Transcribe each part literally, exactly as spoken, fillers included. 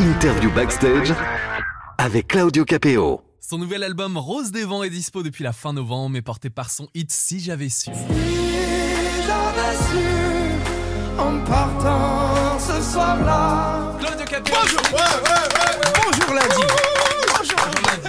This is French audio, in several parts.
Interview backstage avec Claudio Capéo. Son nouvel album Rose des Vents est dispo depuis la fin novembre et porté par son hit Si j'avais su. Si j'avais su en partant ce soir-là. Claudio Capéo. Bonjour, ouais, ouais, ouais, ouais. Bonjour lundi. Bonjour lundi.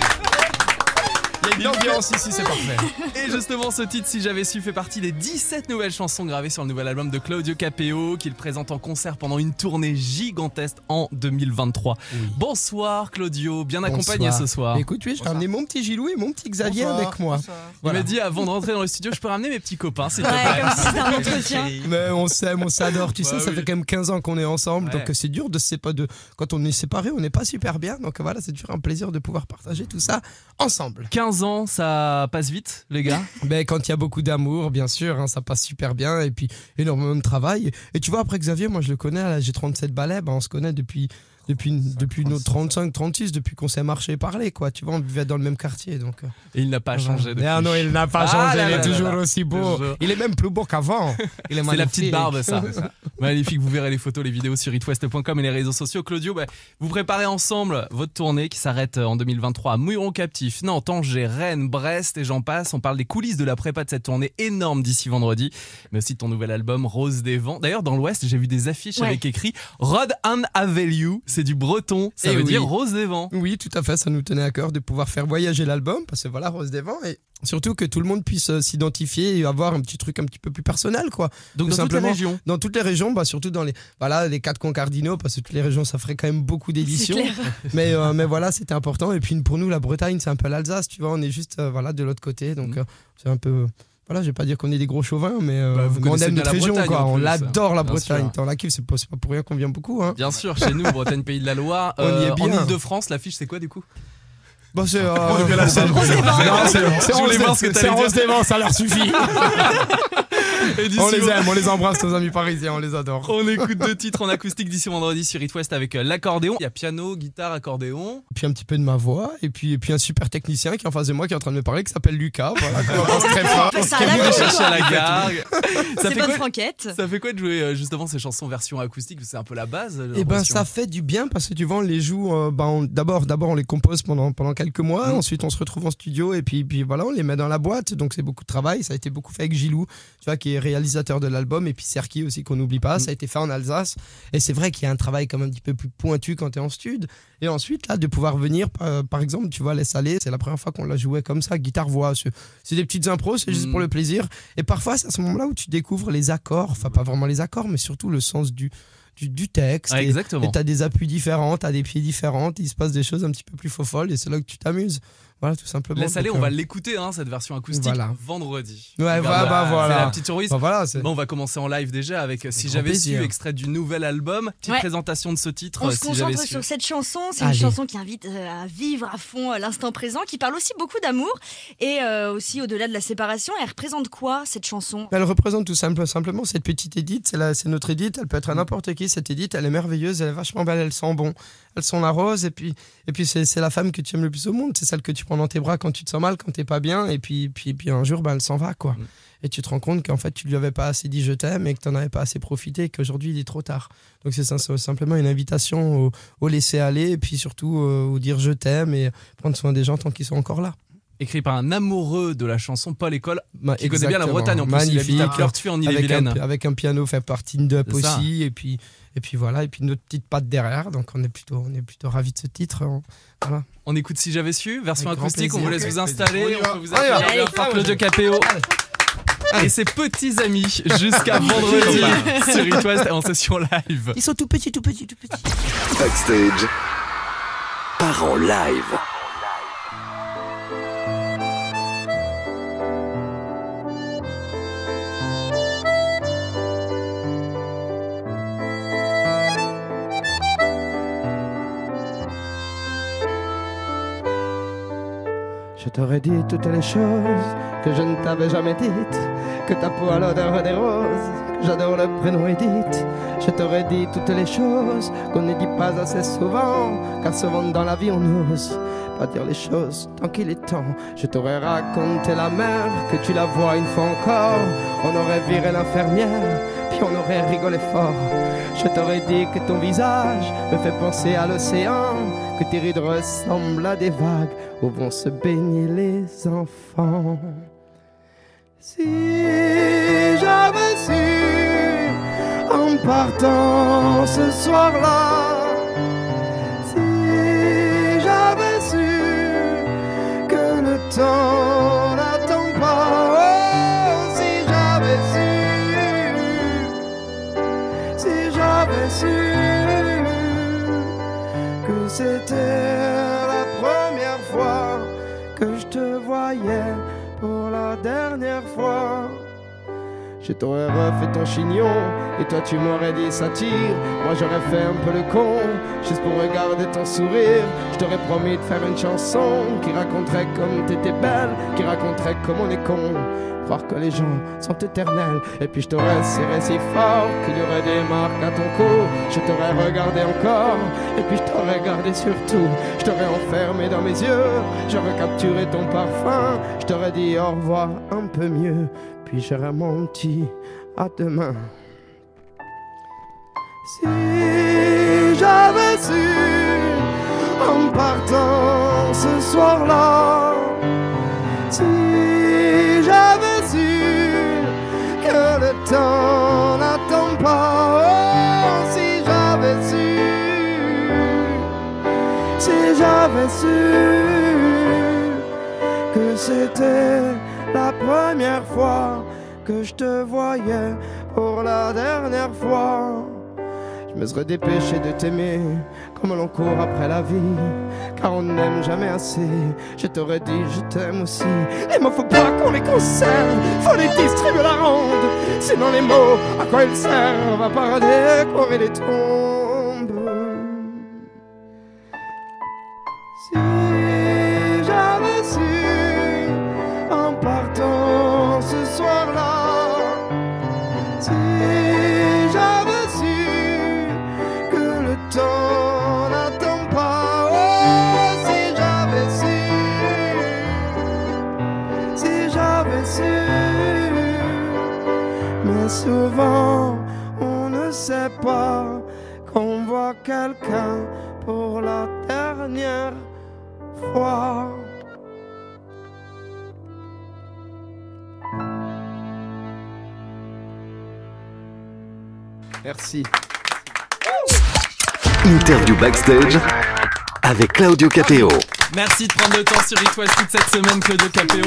Il y a une ambiance ici, c'est parfait. Et justement, ce titre Si j'avais su fait partie des dix-sept nouvelles chansons gravées sur le nouvel album de Claudio Capéo qu'il présente en concert pendant une tournée gigantesque en deux mille vingt-trois. Oui. Bonsoir Claudio, bien accompagné Bonsoir. ce soir. Écoute, oui, j'ai ramené mon petit Gilou et mon petit Xavier Bonsoir. avec moi. Il m'a dit avant de rentrer dans le studio, je peux ramener mes petits copains s'il te Ouais, plaît. comme si c'était un entretien. Mais on s'aime, on s'adore, tu Ouais, sais, ça oui. fait quand même quinze ans qu'on est ensemble, Ouais. donc c'est dur de se pas de quand on est séparés, on n'est pas super bien, donc voilà, c'est toujours un plaisir de pouvoir partager tout ça ensemble. quinze ans, ça passe vite les gars. Ben, quand il y a beaucoup d'amour, bien sûr, hein, ça passe super bien, et puis énormément de travail. Et tu vois, après Xavier, moi je le connais, là, j'ai trente-sept balais, ben, on se connaît depuis, depuis, depuis nos trente-cinq, trente-six, depuis qu'on s'est marché et parlé, quoi. Tu vois, on vivait dans le même quartier, donc. euh, Et il n'a pas changé depuis. Ah non, il n'a pas Ah changé, là il là est là toujours là. aussi beau. Toujours. Il est même plus beau qu'avant. Il est C'est la magnifique. petite barbe, ça. Magnifique, vous verrez les photos, les vidéos sur itwest point com et les réseaux sociaux. Claudio, bah, vous préparez ensemble votre tournée qui s'arrête en deux mille vingt-trois à Mouilleron Captif, Nantes, Angers, Rennes, Brest et j'en passe. On parle des coulisses de la prépa de cette tournée énorme d'ici vendredi, mais aussi de ton nouvel album Rose des Vents. D'ailleurs, dans l'Ouest, j'ai vu des affiches Ouais. avec écrit Rod and Avelou, c'est du breton, ça Eh veut oui. dire Rose des Vents. Oui, tout à fait, ça nous tenait à cœur de pouvoir faire voyager l'album, parce que voilà, Rose des Vents, et surtout que tout le monde puisse euh, s'identifier et avoir un petit truc un petit peu plus personnel, quoi. Donc Tout dans toutes les simplement. régions. Dans toutes les régions, bah, surtout dans les, voilà, les quatre coins cardinaux, parce que toutes les régions, ça ferait quand même beaucoup d'éditions. C'est clair. Mais, euh, mais voilà, c'était important. Et puis pour nous, la Bretagne, c'est un peu l'Alsace, tu vois, on est juste euh, voilà, de l'autre côté, donc Mm. euh, c'est un peu. Voilà, je vais pas dire qu'on est des gros chauvins, mais, euh, Bah, vous mais on connaissez aime bien notre la région, Bretagne, quoi. en On plus. l'adore, la Bien Bretagne. sûr. On la kiffe, c'est pas, c'est pas pour rien qu'on vient beaucoup. Hein. Bien sûr, chez nous, Bretagne, Pays de la Loire. On y est en bien. Ile-de-France, l'affiche, c'est quoi du coup? Bon, c'est. Euh, c'est Rose des Vents. Non, c'est- c'est Je voulais Rose voir ce que des- t'allais c'est dire. Rose des Vents, ça leur suffit. Et d'ici On les au- aime, on les embrasse, nos amis parisiens, on les adore. On écoute deux titres en acoustique d'ici vendredi sur It West avec euh, l'accordéon. Il y a piano, guitare, accordéon. Puis un petit peu de ma voix, et puis, et puis un super technicien qui est en face de moi qui est en train de me parler, qui s'appelle Lucas. Voilà, qu'on embrasse très fort. Ça Qui a est venu la chercher quoi. à la gare. Ça C'est fait bonne quoi franquette. Ça fait quoi de jouer euh, justement ces chansons version acoustique? C'est un peu la base. j'ai Et ben l'impression. ça fait du bien parce que tu vois on les joue euh, ben, on- d'abord d'abord on les compose pendant pendant quelques mois, Mm. ensuite on se retrouve en studio et puis puis voilà on les met dans la boîte, donc c'est beaucoup de travail. Ça a été beaucoup fait avec Gilou, tu vois, qui est réalisateur de l'album, et puis Serki aussi qu'on n'oublie pas. Mm. Ça a été fait en Alsace et c'est vrai qu'il y a un travail comme un petit peu plus pointu quand t'es en stud. Et ensuite là de pouvoir venir par, par exemple tu vois Les Salés, c'est la première fois qu'on l'a joué comme ça, guitare voix. C'est, c'est des petites impros, c'est juste Mm. pour le plaisir. Et parfois c'est à ce moment-là où tu découvres les accords, enfin pas vraiment les accords mais surtout le sens du du, du texte. Ah, Et- exactement. et t'as des appuis différents, t'as des pieds différents, il se passe des choses un petit peu plus faux-folles et c'est là que tu t'amuses. Voilà, tout simplement. Laisse aller, Donc, on va euh, l'écouter, hein, cette version acoustique, Voilà. vendredi. Ouais, Regarde, bah, bah, voilà. C'est la petite surprise. bah voilà, c'est... Bon, on va commencer en live déjà avec euh, Si grand j'avais plaisir. su, extrait du nouvel album. Petite Ouais. présentation de ce titre. On euh, se Si j'avais concentre su. sur cette chanson. C'est Allez. une chanson qui invite euh, à vivre à fond euh, l'instant présent, qui parle aussi beaucoup d'amour et euh, aussi au-delà de la séparation. Elle représente quoi cette chanson? Elle représente tout simple, simplement cette petite Edith, c'est, la, c'est notre Edith, elle peut être à n'importe qui, cette Edith, elle est merveilleuse, elle est vachement belle, elle sent bon, elle sent la rose, et puis, et puis c'est, c'est la femme que tu aimes le plus au monde, c'est celle que tu prends dans tes bras quand tu te sens mal, quand t'es pas bien, et puis, puis, puis un jour, ben, elle s'en va, quoi. Mm. Et tu te rends compte qu'en fait, tu lui avais pas assez dit je t'aime, et que t'en avais pas assez profité, et qu'aujourd'hui, il est trop tard. Donc c'est, ça, c'est simplement une invitation au, au laisser aller, et puis surtout euh, au dire je t'aime, et prendre soin des gens tant qu'ils sont encore là. Écrit par un amoureux de la chanson, Paul École, Ma- qui connaît bien la exactement. Bretagne en plus. Magnifique. Il habite à Pleurtuis en avec un, Ille-et-Vilaine. avec un piano fait par Tindeup C'est ça. aussi, et puis, et puis voilà, et puis notre petite patte derrière, donc on est plutôt, on est plutôt ravis de ce titre. hein. Voilà. On écoute Si j'avais su, version Avec grand acoustique, on vous plaisir. laisse vous Ok, installer, on y on va. peut vous On y va. accueillir Allez. par Claudio Capéo et ses petits amis jusqu'à vendredi sur It West en session live. Ils sont tout petits, tout petits, tout petits. Backstage part en live. Je t'aurais dit toutes les choses que je ne t'avais jamais dites, que ta peau a l'odeur des roses, que j'adore le prénom Edith. Je t'aurais dit toutes les choses qu'on ne dit pas assez souvent, car souvent dans la vie on n'ose pas dire les choses tant qu'il est temps. Je t'aurais raconté la mère, que tu la vois une fois encore. On aurait viré l'infirmière, puis on aurait rigolé fort. Je t'aurais dit que ton visage me fait penser à l'océan, que tes rides ressemblent à des vagues où vont se baigner les enfants. Si j'avais su en partant ce soir-là, si j'avais su que le temps n'attend pas, oh, si j'avais su, si j'avais su que c'était la première fois que je te voyais pour la dernière fois. Je t'aurais refait ton chignon et toi tu m'aurais dit ça tire. Moi j'aurais fait un peu le con juste pour regarder ton sourire. Je t'aurais promis de faire une chanson qui raconterait comme t'étais belle, qui raconterait comme on est con, croire que les gens sont éternels. Et puis je t'aurais serré si fort qu'il y aurait des marques à ton cou. Je t'aurais regardé encore et puis je t'aurais gardé surtout. Je t'aurais enfermé dans mes yeux, j'aurais capturé ton parfum. Je t'aurais dit au revoir un peu mieux, puis j'aurais menti à demain. Si j'avais su en partant ce soir-là, si j'avais su que le temps n'attend pas, oh, si j'avais su, si j'avais su que c'était la première fois que je te voyais pour la dernière fois, je me serais dépêché de t'aimer comme l'on court après la vie, car on n'aime jamais assez. Je t'aurais dit je t'aime aussi. Les mots faut pas qu'on les conserve, faut les distribuer la ronde. Sinon les mots, à quoi ils servent? À part à décorer les tombes. Si j'avais su en partant ce soir-là, si j'avais su que le temps n'attend pas, oh, si j'avais su, si j'avais su. Mais souvent on ne sait pas qu'on voit quelqu'un pour la dernière fois. Merci. Interview backstage avec Claudio Capéo. Merci de prendre le temps sur It West toute cette semaine, Claudio Capéo.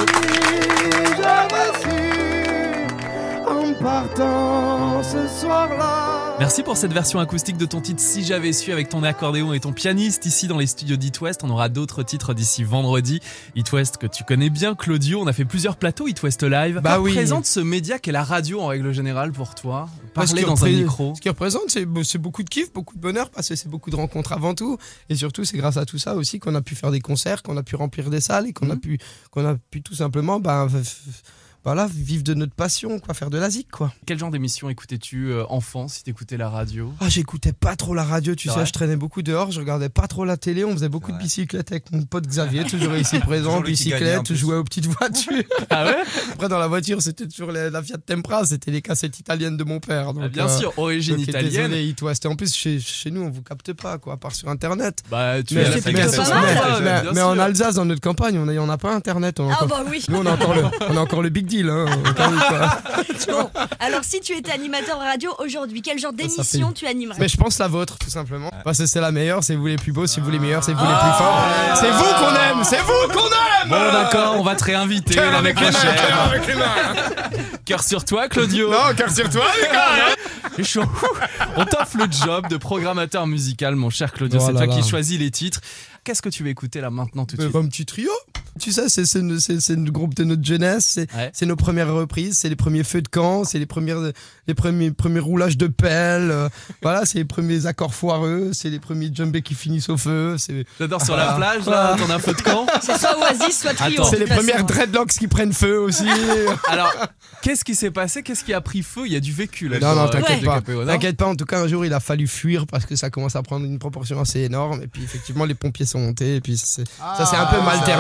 J'avais su en partant ce soir-là. Merci pour cette version acoustique de ton titre Si j'avais su avec ton accordéon et ton pianiste ici dans les studios d'It West. On aura d'autres titres d'ici vendredi. It West que tu connais bien, Claudio. On a fait plusieurs plateaux It West Live. Bah que oui. représente ce média qu'est la radio en règle générale pour toi? Parce Parler que dans un repré- micro. Ce qui représente, c'est, c'est beaucoup de kiff, beaucoup de bonheur, parce que c'est beaucoup de rencontres avant tout. Et surtout, c'est grâce à tout ça aussi qu'on a pu faire des concerts, qu'on a pu remplir des salles et qu'on, Mmh. a, pu, qu'on a pu tout simplement bah, f- f- voilà, vivre de notre passion, quoi, faire de la zik, quoi. Quel genre d'émission écoutais-tu euh, enfant si t'écoutais la radio? Ah, j'écoutais pas trop la radio, tu C'est sais, vrai je traînais beaucoup dehors, je regardais pas trop la télé, on faisait beaucoup de bicyclettes avec mon pote Xavier, toujours ici présent, Toujours lui qui gagnait, en bicyclette, plus. jouais aux petites voitures. Ah ouais? Après, dans la voiture, c'était toujours la, la Fiat Tempra, c'était les cassettes italiennes de mon père. Donc, Ah, bien euh, sûr, origine donc, italienne. Désolé, It West. Et en plus, chez, chez nous, on vous capte pas, quoi, à part sur Internet. Bah, tu Mais, as la mais- fréquence plutôt mais- pas mal, Internet, mais- bien mais sûr. en Alsace, dans notre campagne, on a- on n'a pas Internet. On a Ah encore- bah oui. Nous, on a encore le, on a encore le big deal. Hein, au cas où, quoi. Bon, alors si tu étais animateur radio aujourd'hui, quel genre ça d'émission fait- tu animerais? Mais je pense la vôtre, tout simplement. Parce que c'est la meilleure, c'est vous les plus beaux, c'est vous les meilleurs, c'est vous les Ah. plus forts. C'est vous qu'on aime, c'est vous qu'on aime. Bon d'accord, on va te réinviter Cœur l'année avec les mains, prochaine. cœur avec les mains. Cœur sur toi, Claudio. Non, cœur sur toi, Lucas. C'est chaud. On t'offre le job de programmateur musical, mon cher Claudio. Oh c'est là toi là. qui choisis les titres. Qu'est-ce que tu veux écouter là maintenant tout de suite? Un petit trio. Tu sais, c'est, c'est, c'est, c'est le groupe de notre jeunesse, c'est, Ouais. c'est nos premières reprises, c'est les premiers feux de camp, c'est les, premières, les premiers, premiers roulages de pelle, euh, voilà, c'est les premiers accords foireux, c'est les premiers jumbés qui finissent au feu, c'est, J'adore sur la plage, là, ton info de camp. C'est soit Oasis, soit Trio. Attends. de c'est les toute façon. premières dreadlocks qui prennent feu aussi. Alors, qu'est-ce qui s'est passé? Qu'est-ce qui a pris feu? Il y a du vécu là. non, sur, non, euh, t'inquiète Claudio pas. Capéo, non T'inquiète pas, en tout cas, un jour, il a fallu fuir parce que ça commence à prendre une proportion assez énorme. Et puis, effectivement, les pompiers sont montés. Et puis, ça, s'est- ça s'est un peu mal terminé, quoi.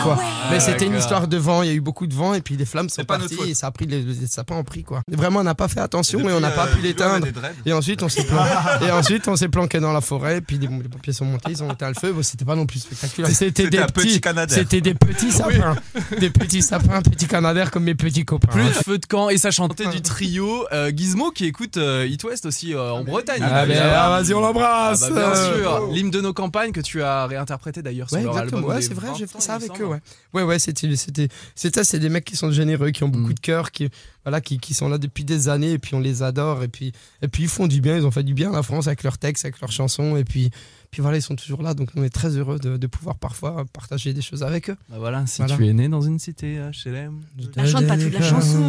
quoi. ouais. Mais Ah, c'était une d'accord. histoire de vent, il y a eu beaucoup de vent et puis les flammes sont C'est pas notre parties faute. et ça a pris les, les sapins ont pris quoi. Et vraiment on n'a pas fait attention et, Depuis, on n'a pas euh, pu l'éteindre. des dreads. Et ensuite on s'est planqué, et ensuite on s'est planqué dans la forêt et puis les, les pompiers sont montés, ils ont éteint le feu. Bon, c'était pas non plus spectaculaire. C'était C'était des un petit petits Canadair. C'était des petits sapins, des petits sapins, petits canadaires comme mes petits copains. Plus de feu de camp et ça chantait du trio euh, Gizmo qui écoute euh, It West aussi euh, en Bretagne. Ah, ben, évidemment. ah, vas-y on Ah l'embrasse. bah, bien Euh, sûr, l'hymne de nos campagnes que tu as réinterprété d'ailleurs sur Ouais, leur exactement. album. Ouais, des c'est vrai, vingt j'ai ans, fait ça il me avec eux, semble. ouais. Ouais, ouais, c'était, c'était, c'est ça, c'est des mecs qui sont généreux, qui ont beaucoup Mm. de cœur, qui, voilà, qui, qui sont là depuis des années, et puis on les adore, et puis, et puis ils font du bien, ils ont fait du bien à la France avec leurs textes, avec leurs chansons, et puis, puis voilà, ils sont toujours là, donc on est très heureux de, de pouvoir parfois partager des choses avec eux. Bah voilà, si Voilà. tu es né dans une cité H L M. La chante pas toute la chanson.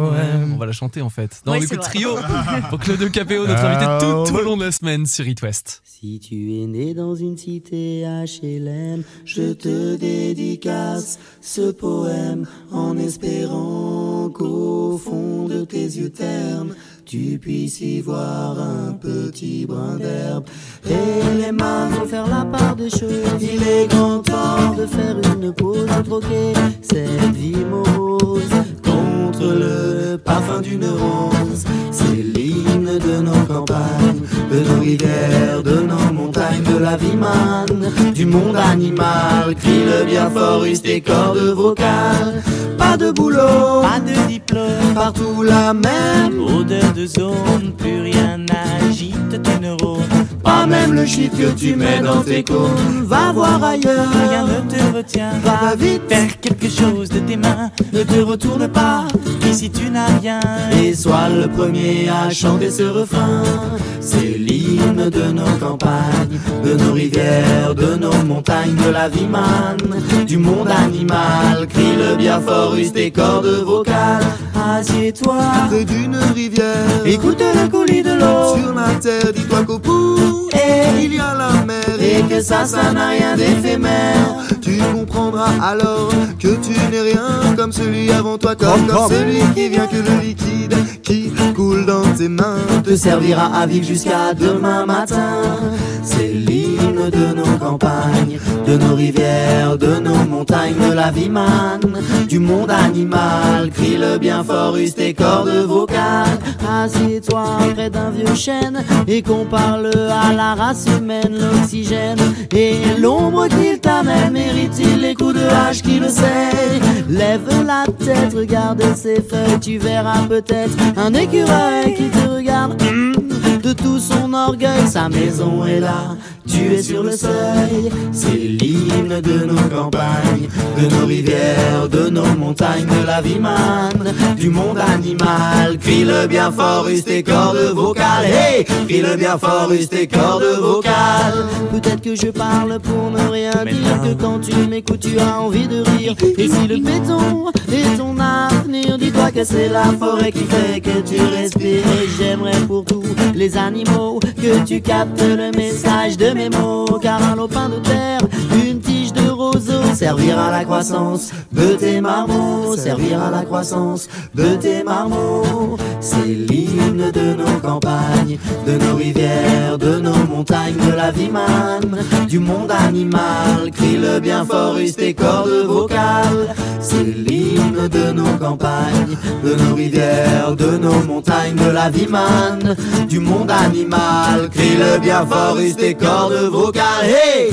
On va la chanter en fait. Dans Ouais, le c'est vrai. trio. Pour Claudio Capéo, notre invité tout au long de la semaine sur It West. Si tu es né dans une cité H L M, je te dédicace ce poème en espérant qu'au fond de tes yeux ternes, tu puisses y voir un petit brin d'herbe. Et les mains vont faire la part des choses. Il est grand temps de faire une pause, de troquer cette vie morose contre le parfum d'une rose. C'est l'hymne de nos campagnes, de nos rivières, de nos montagnes, de la vie manne, du monde animal. Crie le bien fort, use tes cordes vocales. Pas de boulot, pas de diplôme, partout la même odeur de zone. Plus rien n'agite tes neurones, pas même le shit que tu mets dans tes cônes. Va voir ailleurs, rien ne te retient. Va vite, faire quelque chose de tes mains. Ne te retourne pas, ici tu n'as rien. Et sois le premier à chanter ce refrain. C'est l'hymne de nos campagnes, de nos rivières, de nos montagnes, de la vie manne, du monde animal. Crie-le bien fort, use tes cordes vocales. Assieds-toi près d'une rivière, écoute le coulis de l'eau sur la terre. Dis-toi qu'au bout, et il y a la mer, et que ça, ça n'a rien d'éphémère. Tu comprendras alors que tu n'es rien comme celui avant toi, comme, comme celui qui vient, que le liquide qui coule dans tes mains te servira à vivre jusqu'à demain matin. C'est l'hymne de nos campagnes, de nos rivières, de nos montagnes, de la vie manne, du monde animal. Crie-le bien fort, use tes cordes vocales. Assieds-toi près d'un vieux chêne et compare-le à la race humaine. L'oxygène et l'ombre qu'il t'amène, mérite-t-il les coups de hache qui le sait? Lève la tête, regarde ses feuilles, tu verras peut-être un écureuil qui te regarde. Mmh, de tout son orgueil, sa maison est là, tu es sur le seuil. C'est l'hymne de nos campagnes, de nos rivières, de nos montagnes, de la vie manne, du monde animal. Crie-le bien fort, use tes cordes vocales. Hey, crie-le bien fort, use tes cordes vocales. Peut-être que je parle pour ne rien dire, que quand tu m'écoutes tu as envie de rire. Et si le béton est ton avenir, dis-toi que c'est la forêt qui fait que tu respires. Et j'aimerais pour tous les animaux que tu captes le message de mes mots. Car un lopin de terre, une tige de roseau servira à la croissance de tes marmots, servira à la croissance de tes marmots. C'est l'hymne de nos campagnes, de nos rivières, de nos montagnes, de la vie manne, du monde animal. Crie-le bien fort, use tes cordes vocales. C'est l'hymne de nos campagnes, de nos rivières, de nos montagnes, de la vie manne, du monde animal. Crie-le bien fort, use tes cordes vocales. Hey!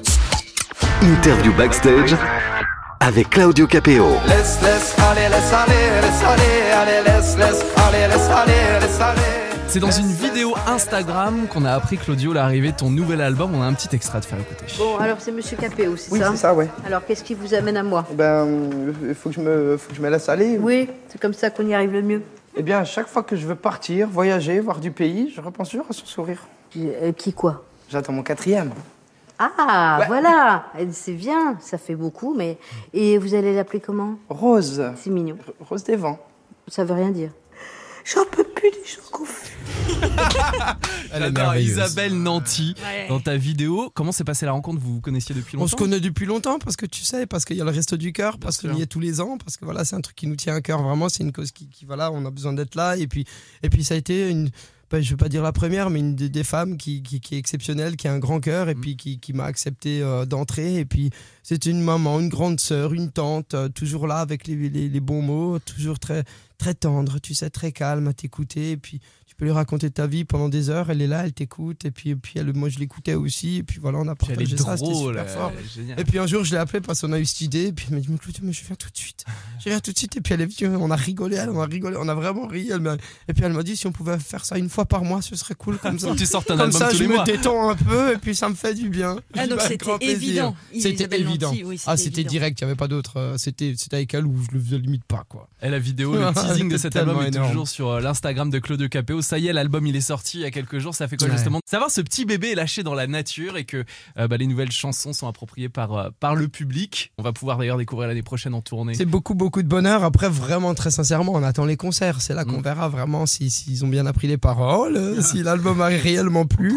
Interview backstage avec Claudio Capéo. Laisse, laisse, allez, laisse aller, laisse aller, allez, laisse, laisse, allez, laisse aller, laisse aller. C'est dans une vidéo Instagram qu'on a appris, Claudio, l'arrivée de ton nouvel album. On a un petit extrait de faire écouter. Bon, alors c'est Monsieur Capéo, c'est Oui, ça c'est ça, ouais. Alors qu'est-ce qui vous amène à moi? Ben, il faut que je me, faut que je me laisse aller. Oui, c'est comme ça qu'on y arrive le mieux. Eh bien, à chaque fois que je veux partir, voyager, voir du pays, je repense toujours à son sourire. Euh, qui quoi? J'attends mon quatrième. Ah, Ouais. voilà, c'est bien, ça fait beaucoup, mais... Et vous allez l'appeler comment? Rose. C'est mignon. R- Rose des vents. Ça veut rien dire. J'en peux plus des gens confus. Elle est J'adore merveilleuse. Isabelle Nanty Ouais. dans ta vidéo. Comment s'est passée la rencontre? Vous vous connaissiez depuis longtemps? On se connaît depuis longtemps parce que tu sais, parce qu'il y a le Resto du Cœur, parce sûr. qu'on y est tous les ans, parce que voilà, c'est un truc qui nous tient à cœur vraiment, c'est une cause qui, qui, voilà, on a besoin d'être là et puis et puis ça a été une pas, je veux pas dire la première, mais une des, des femmes qui, qui, qui est exceptionnelle, qui a un grand cœur et puis qui, qui m'a accepté euh, d'entrer. Et puis c'est une maman, une grande sœur, une tante, euh, toujours là avec les, les, les bons mots, toujours très, très tendre, tu sais, très calme à t'écouter. Et puis tu peux lui raconter ta vie pendant des heures, elle est là, elle t'écoute. Et puis, et puis elle, moi je l'écoutais aussi. Et puis voilà, on a partagé ça, c'était super fort. Et puis un jour je l'ai appelée parce qu'on a eu cette idée. Et puis elle m'a dit, mais Claudio, mais je viens tout de suite. Je viens tout de suite. Et puis elle est venue, on a rigolé, elle, on a rigolé, on a vraiment ri. Elle m'a... Et puis elle m'a dit, si on pouvait faire ça une fois par mois, ce serait cool comme ça. Tu sortes un comme album ça, tous je les me mois. détends un peu et puis ça me fait du bien. Ah, donc c'était évident. C'était évident. Lanty, oui, c'était ah, c'était évident. direct, il n'y avait pas d'autre. euh, C'était, c'était avec elle où je le faisais limite pas, quoi. Et la vidéo, le teasing de cet Tellement album est énorme. toujours sur euh, l'Instagram de Claudio Capéo. Ça y est, l'album il est sorti il y a quelques jours. Ça fait quoi Ouais. justement de savoir ce petit bébé est lâché dans la nature et que euh, bah, les nouvelles chansons sont appropriées par, euh, par le public. On va pouvoir d'ailleurs découvrir l'année prochaine en tournée. C'est beaucoup, beaucoup de bonheur. Après, vraiment, très sincèrement, on attend les concerts. C'est là qu'on Mm. verra vraiment si, s'ils ont bien appris les paroles, si l'album a réellement plu.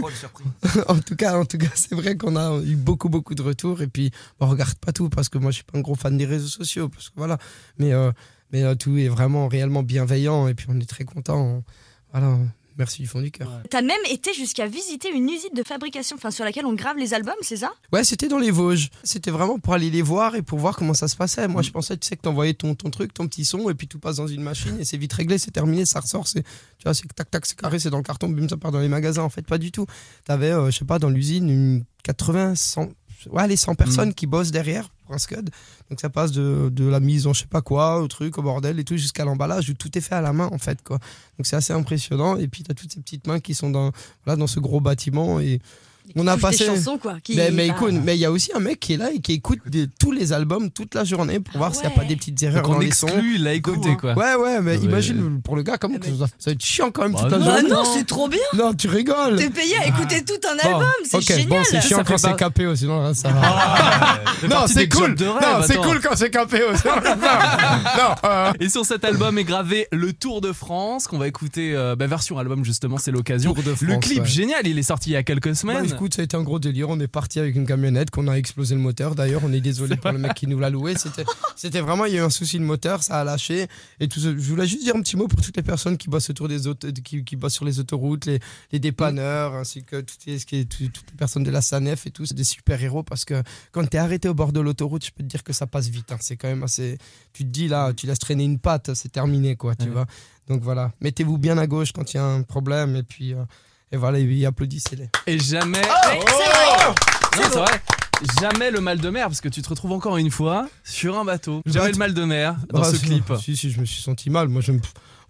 en tout cas, en tout cas, c'est vrai qu'on a eu beaucoup, beaucoup de retours. Et puis, on regarde pas tout parce que moi, je suis pas un gros fan des réseaux sociaux. Parce que voilà. Mais, euh, mais euh, tout est vraiment réellement bienveillant. Et puis, on est très contents. Voilà. Merci du fond du cœur. T'as même été jusqu'à visiter une usine de fabrication, enfin sur laquelle on grave les albums, c'est ça? Ouais, c'était dans les Vosges. C'était vraiment pour aller les voir et pour voir comment ça se passait. Moi, je pensais, tu sais, que t'envoyais ton, ton truc, ton petit son, et puis tout passe dans une machine et c'est vite réglé, c'est terminé, ça ressort. C'est, tu vois, c'est tac, tac, c'est carré, c'est dans le carton, bim, ça part dans les magasins. En fait, pas du tout. T'avais, euh, je sais pas, dans l'usine, une quatre-vingts, cent, ouais, les cent personnes Mm. qui bossent derrière pour un scud. Donc ça passe de, de la mise en je sais pas quoi, au truc, au bordel et tout, jusqu'à l'emballage où tout est fait à la main, en fait, quoi. Donc c'est assez impressionnant. Et puis t'as toutes ces petites mains qui sont dans, voilà, dans ce gros bâtiment et on a passé. Des chansons, quoi. Qui, Mais, mais bah, écoute, mais il y a aussi un mec qui est là et qui écoute des- tous les albums toute la journée pour voir Ah s'il n'y a pas ouais. des petites erreurs Donc on dans les sons. exclut, il l'a écouté quoi. Ouais, ouais, mais Ouais. imagine pour le gars, comme Ah, que mais- ça, ça va être chiant quand même Bah toute la non. Bah journée. non, c'est trop bien. Non, tu rigoles. T'es payé à écouter tout un Bon, album, c'est ok, génial. bon, c'est chiant Ça quand fait c'est pas- K P O, sinon ça va. Ah, fait non, partie c'est des cool. jobs de rêve, non, c'est attends. cool quand c'est K P O. non, non, euh, Et sur cet album est gravé le Tour de France qu'on va écouter euh, bah, version album justement, c'est l'occasion. Tour de France, le clip ouais. génial, il est sorti il y a quelques Bah, semaines. écoute, ça a été un gros délire. On est parti avec une camionnette qu'on a explosé le moteur. D'ailleurs, on est désolé pour le mec qui nous l'a loué. C'était, c'était vraiment, il y a eu un souci de moteur, ça a lâché. Et tout ce- je voulais juste dire un petit mot pour toutes les personnes qui bossent autour des auto, qui, qui bossent sur les autoroutes, les, les dépanneurs, ainsi que toutes les, ce qui est- tout- toutes les personnes de la SANEF et tout. C'est des super héros parce que quand t'es arrêté au bord de l'autoroute, je peux te dire que ça passe vite. hein. C'est quand même assez. Tu te dis là, tu laisses traîner une patte, c'est terminé, quoi. Tu Ouais. vois. Donc voilà, mettez-vous bien à gauche quand il y a un problème et puis. euh, et voilà, et applaudissez-les. Et jamais. Ouais, c'est vrai. Non, c'est vrai. Jamais le mal de mer, parce que tu te retrouves encore une fois sur un bateau. Jamais Bah, le mal de mer dans Ah, ce si, clip. Si, si, je me suis senti mal. Moi, je me.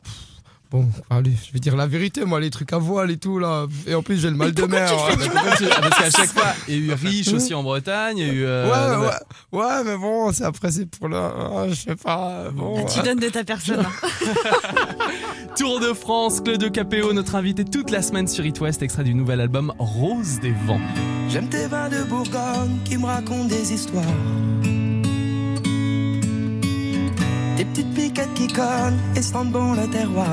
Bon, allez, je vais dire la vérité, moi, les trucs à voile et tout, là. Et en plus, j'ai le mal de mer. hein. Pourquoi tu- Parce qu'à chaque fois, il y a eu Riche aussi en Bretagne. Il y a eu. euh, Ouais, bah, ouais, ouais, mais bon, c'est après, c'est pour le. ah, je sais pas. Bon, Ah, tu donnes de ta personne. hein. Tour de France, Claudio Capéo, notre invité toute la semaine sur It West, extrait du nouvel album Rose des Vents. J'aime tes vins de Bourgogne qui me racontent des histoires. Tes petites piquettes qui cognent et sentent bon le terroir.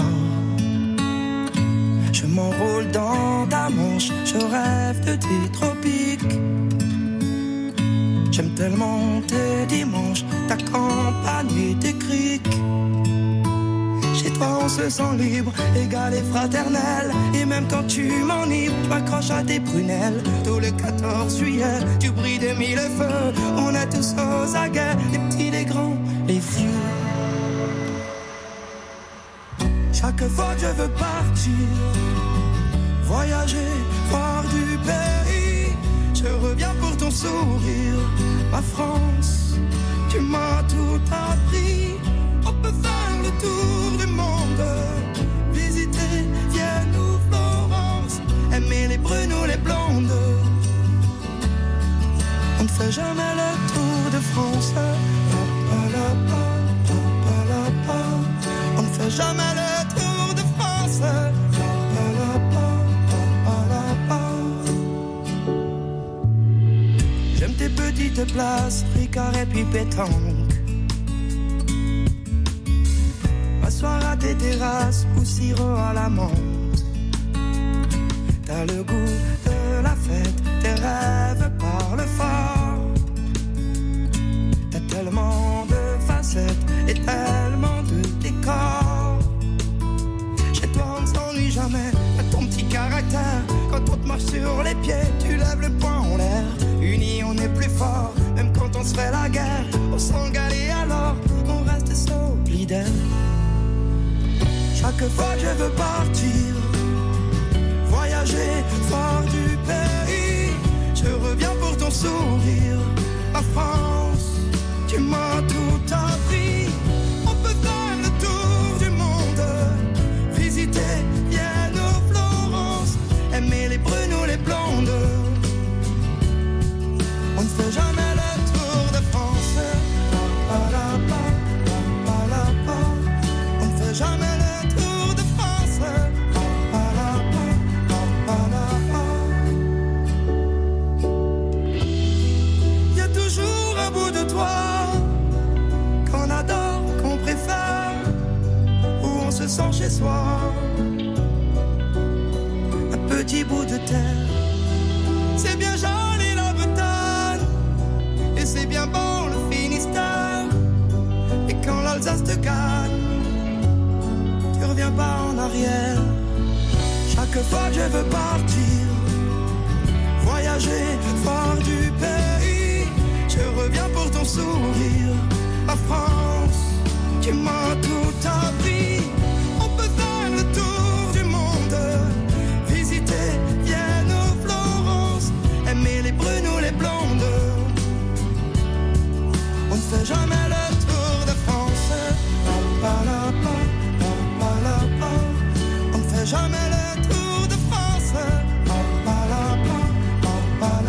Je m'enroule dans ta manche, je rêve de tes tropiques. J'aime tellement tes dimanches, ta campagne et tes criques. Chez toi on se sent libre, égal et fraternel. Et même quand tu m'enivres, tu m'accroches à tes prunelles. Tous les quatorze juillet, tu brilles des mille feux. On est tous aux aguets, les petits, les grands, les vieux. Chaque fois que je veux partir, voyager, voir du pays, je reviens pour ton sourire. Ma France, tu m'as tout appris. On peut faire le tour du monde, visiter Vienne ou Florence, aimer les brunes ou les blondes. On ne fait jamais le tour de France. Pa, pa, la, pa, pa, pa, la, pa. On ne fait jamais le tour de France. Pa, pa, la, pa, pa, pa, la, pa. J'aime tes petites places, Ricard et puis pétanque. M'asseoir à tes terrasses ou sirop à la menthe. T'as le goût de la fête, tes rêves parlent fort. T'as tellement de facettes et tellement de décors. Chez toi on ne s'ennuie jamais, à ton Chaque fois que je veux partir, voyager, voir du pays, je reviens pour ton sourire. La France, tu m'as tout appris. On peut faire le tour du monde, visiter Vienne ou Florence, aimer les brunes ou les blondes. On ne fait jamais le tour de France. Pa, pa, la, pa, pa, pa, la, pa. On ne fait jamais le tour de France. Pa, pa, la, pa, pa, pa, la, pa. Y a toujours un bout de toi qu'on adore, qu'on préfère, où on se sent chez soi. Un petit bout de terre, c'est bien joli la Bretagne, et c'est bien bon le Finistère. Et quand l'Alsace te gagne, tu reviens pas en arrière. Chaque fois que je veux partir, voyager, voir du pays, je reviens pour ton sourire. La France, tu m'as tout appris. On peut faire le tour du monde, visiter Vienne ou Florence, aimer les brunes ou les blondes. On ne fait jamais le tour de France. Pa, pa, la, pa, pa, pa, la, pa. On ne fait jamais le tour de France. Pa, pa, la, pa, pa, pa,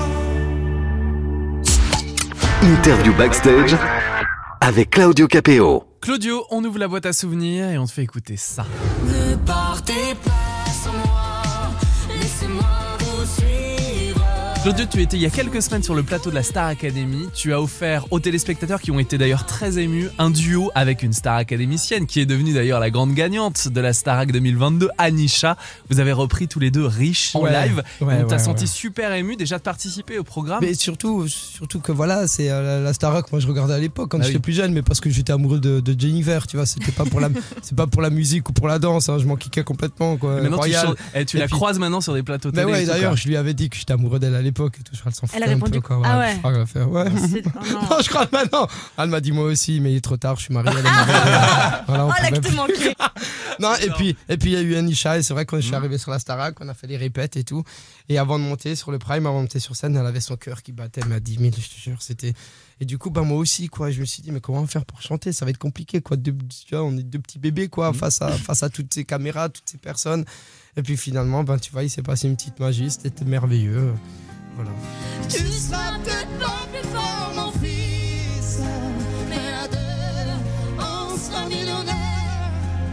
la, pa. Interview backstage avec Claudio Capéo. Claudio, on ouvre la boîte à souvenirs et on te fait écouter ça. Ne partez pas sans moi, laissez-moi vous suivre. Claudio, tu étais il y a quelques semaines sur le plateau de la Star Academy. Tu as offert aux téléspectateurs qui ont été d'ailleurs très émus un duo avec une star académicienne qui est devenue d'ailleurs la grande gagnante de la Starac deux mille vingt-deux, Anisha. Vous avez repris tous les deux Riche en Ouais, live. ouais, on t'a ouais, senti ouais. super ému déjà de participer au programme. Mais surtout, surtout que voilà, c'est euh, la, la Starac. Moi, je regardais à l'époque quand Ah j'étais oui. plus jeune, mais parce que j'étais amoureux de, de Jennifer, tu vois. C'était pas pour la, c'est pas pour la musique ou pour la danse. Hein, je m'en kiquais complètement, quoi. Maintenant, tu, Royal. chantes- eh, tu Et la puis- croises maintenant sur des plateaux Mais télé. ouais, et tout, d'ailleurs, quoi. je lui avais dit que j'étais amoureux d'elle à l'époque et tout. Je crois qu'elle s'en foutait Elle a un répondu peu, quoi. ah Ouais, ouais. je crois qu'elle a fait, ouais. C'est- oh non. Non, je crois maintenant. Elle m'a dit moi aussi, mais il est trop tard, je suis marié. Elle est mariée. Voilà, on Oh pouvait l'acte plus. manqué. Non, et puis et puis il y a eu Anisha et c'est vrai quand je suis arrivé sur la Starac, on a fait les répètes et tout. Et avant de monter sur le Prime, avant de monter sur scène, elle avait son cœur qui battait mais à dix mille, je te jure, c'était. Et du coup, bah moi aussi quoi, je me suis dit mais comment faire pour chanter, ça va être compliqué quoi. Deux, tu vois, on est deux petits bébés quoi face à face à toutes ces caméras, toutes ces personnes. Et puis finalement, ben tu vois, il s'est passé une petite magie, c'était merveilleux. Voilà. Tu seras peut-être pas plus fort, mon fils, mais à deux, on sera millionnaire.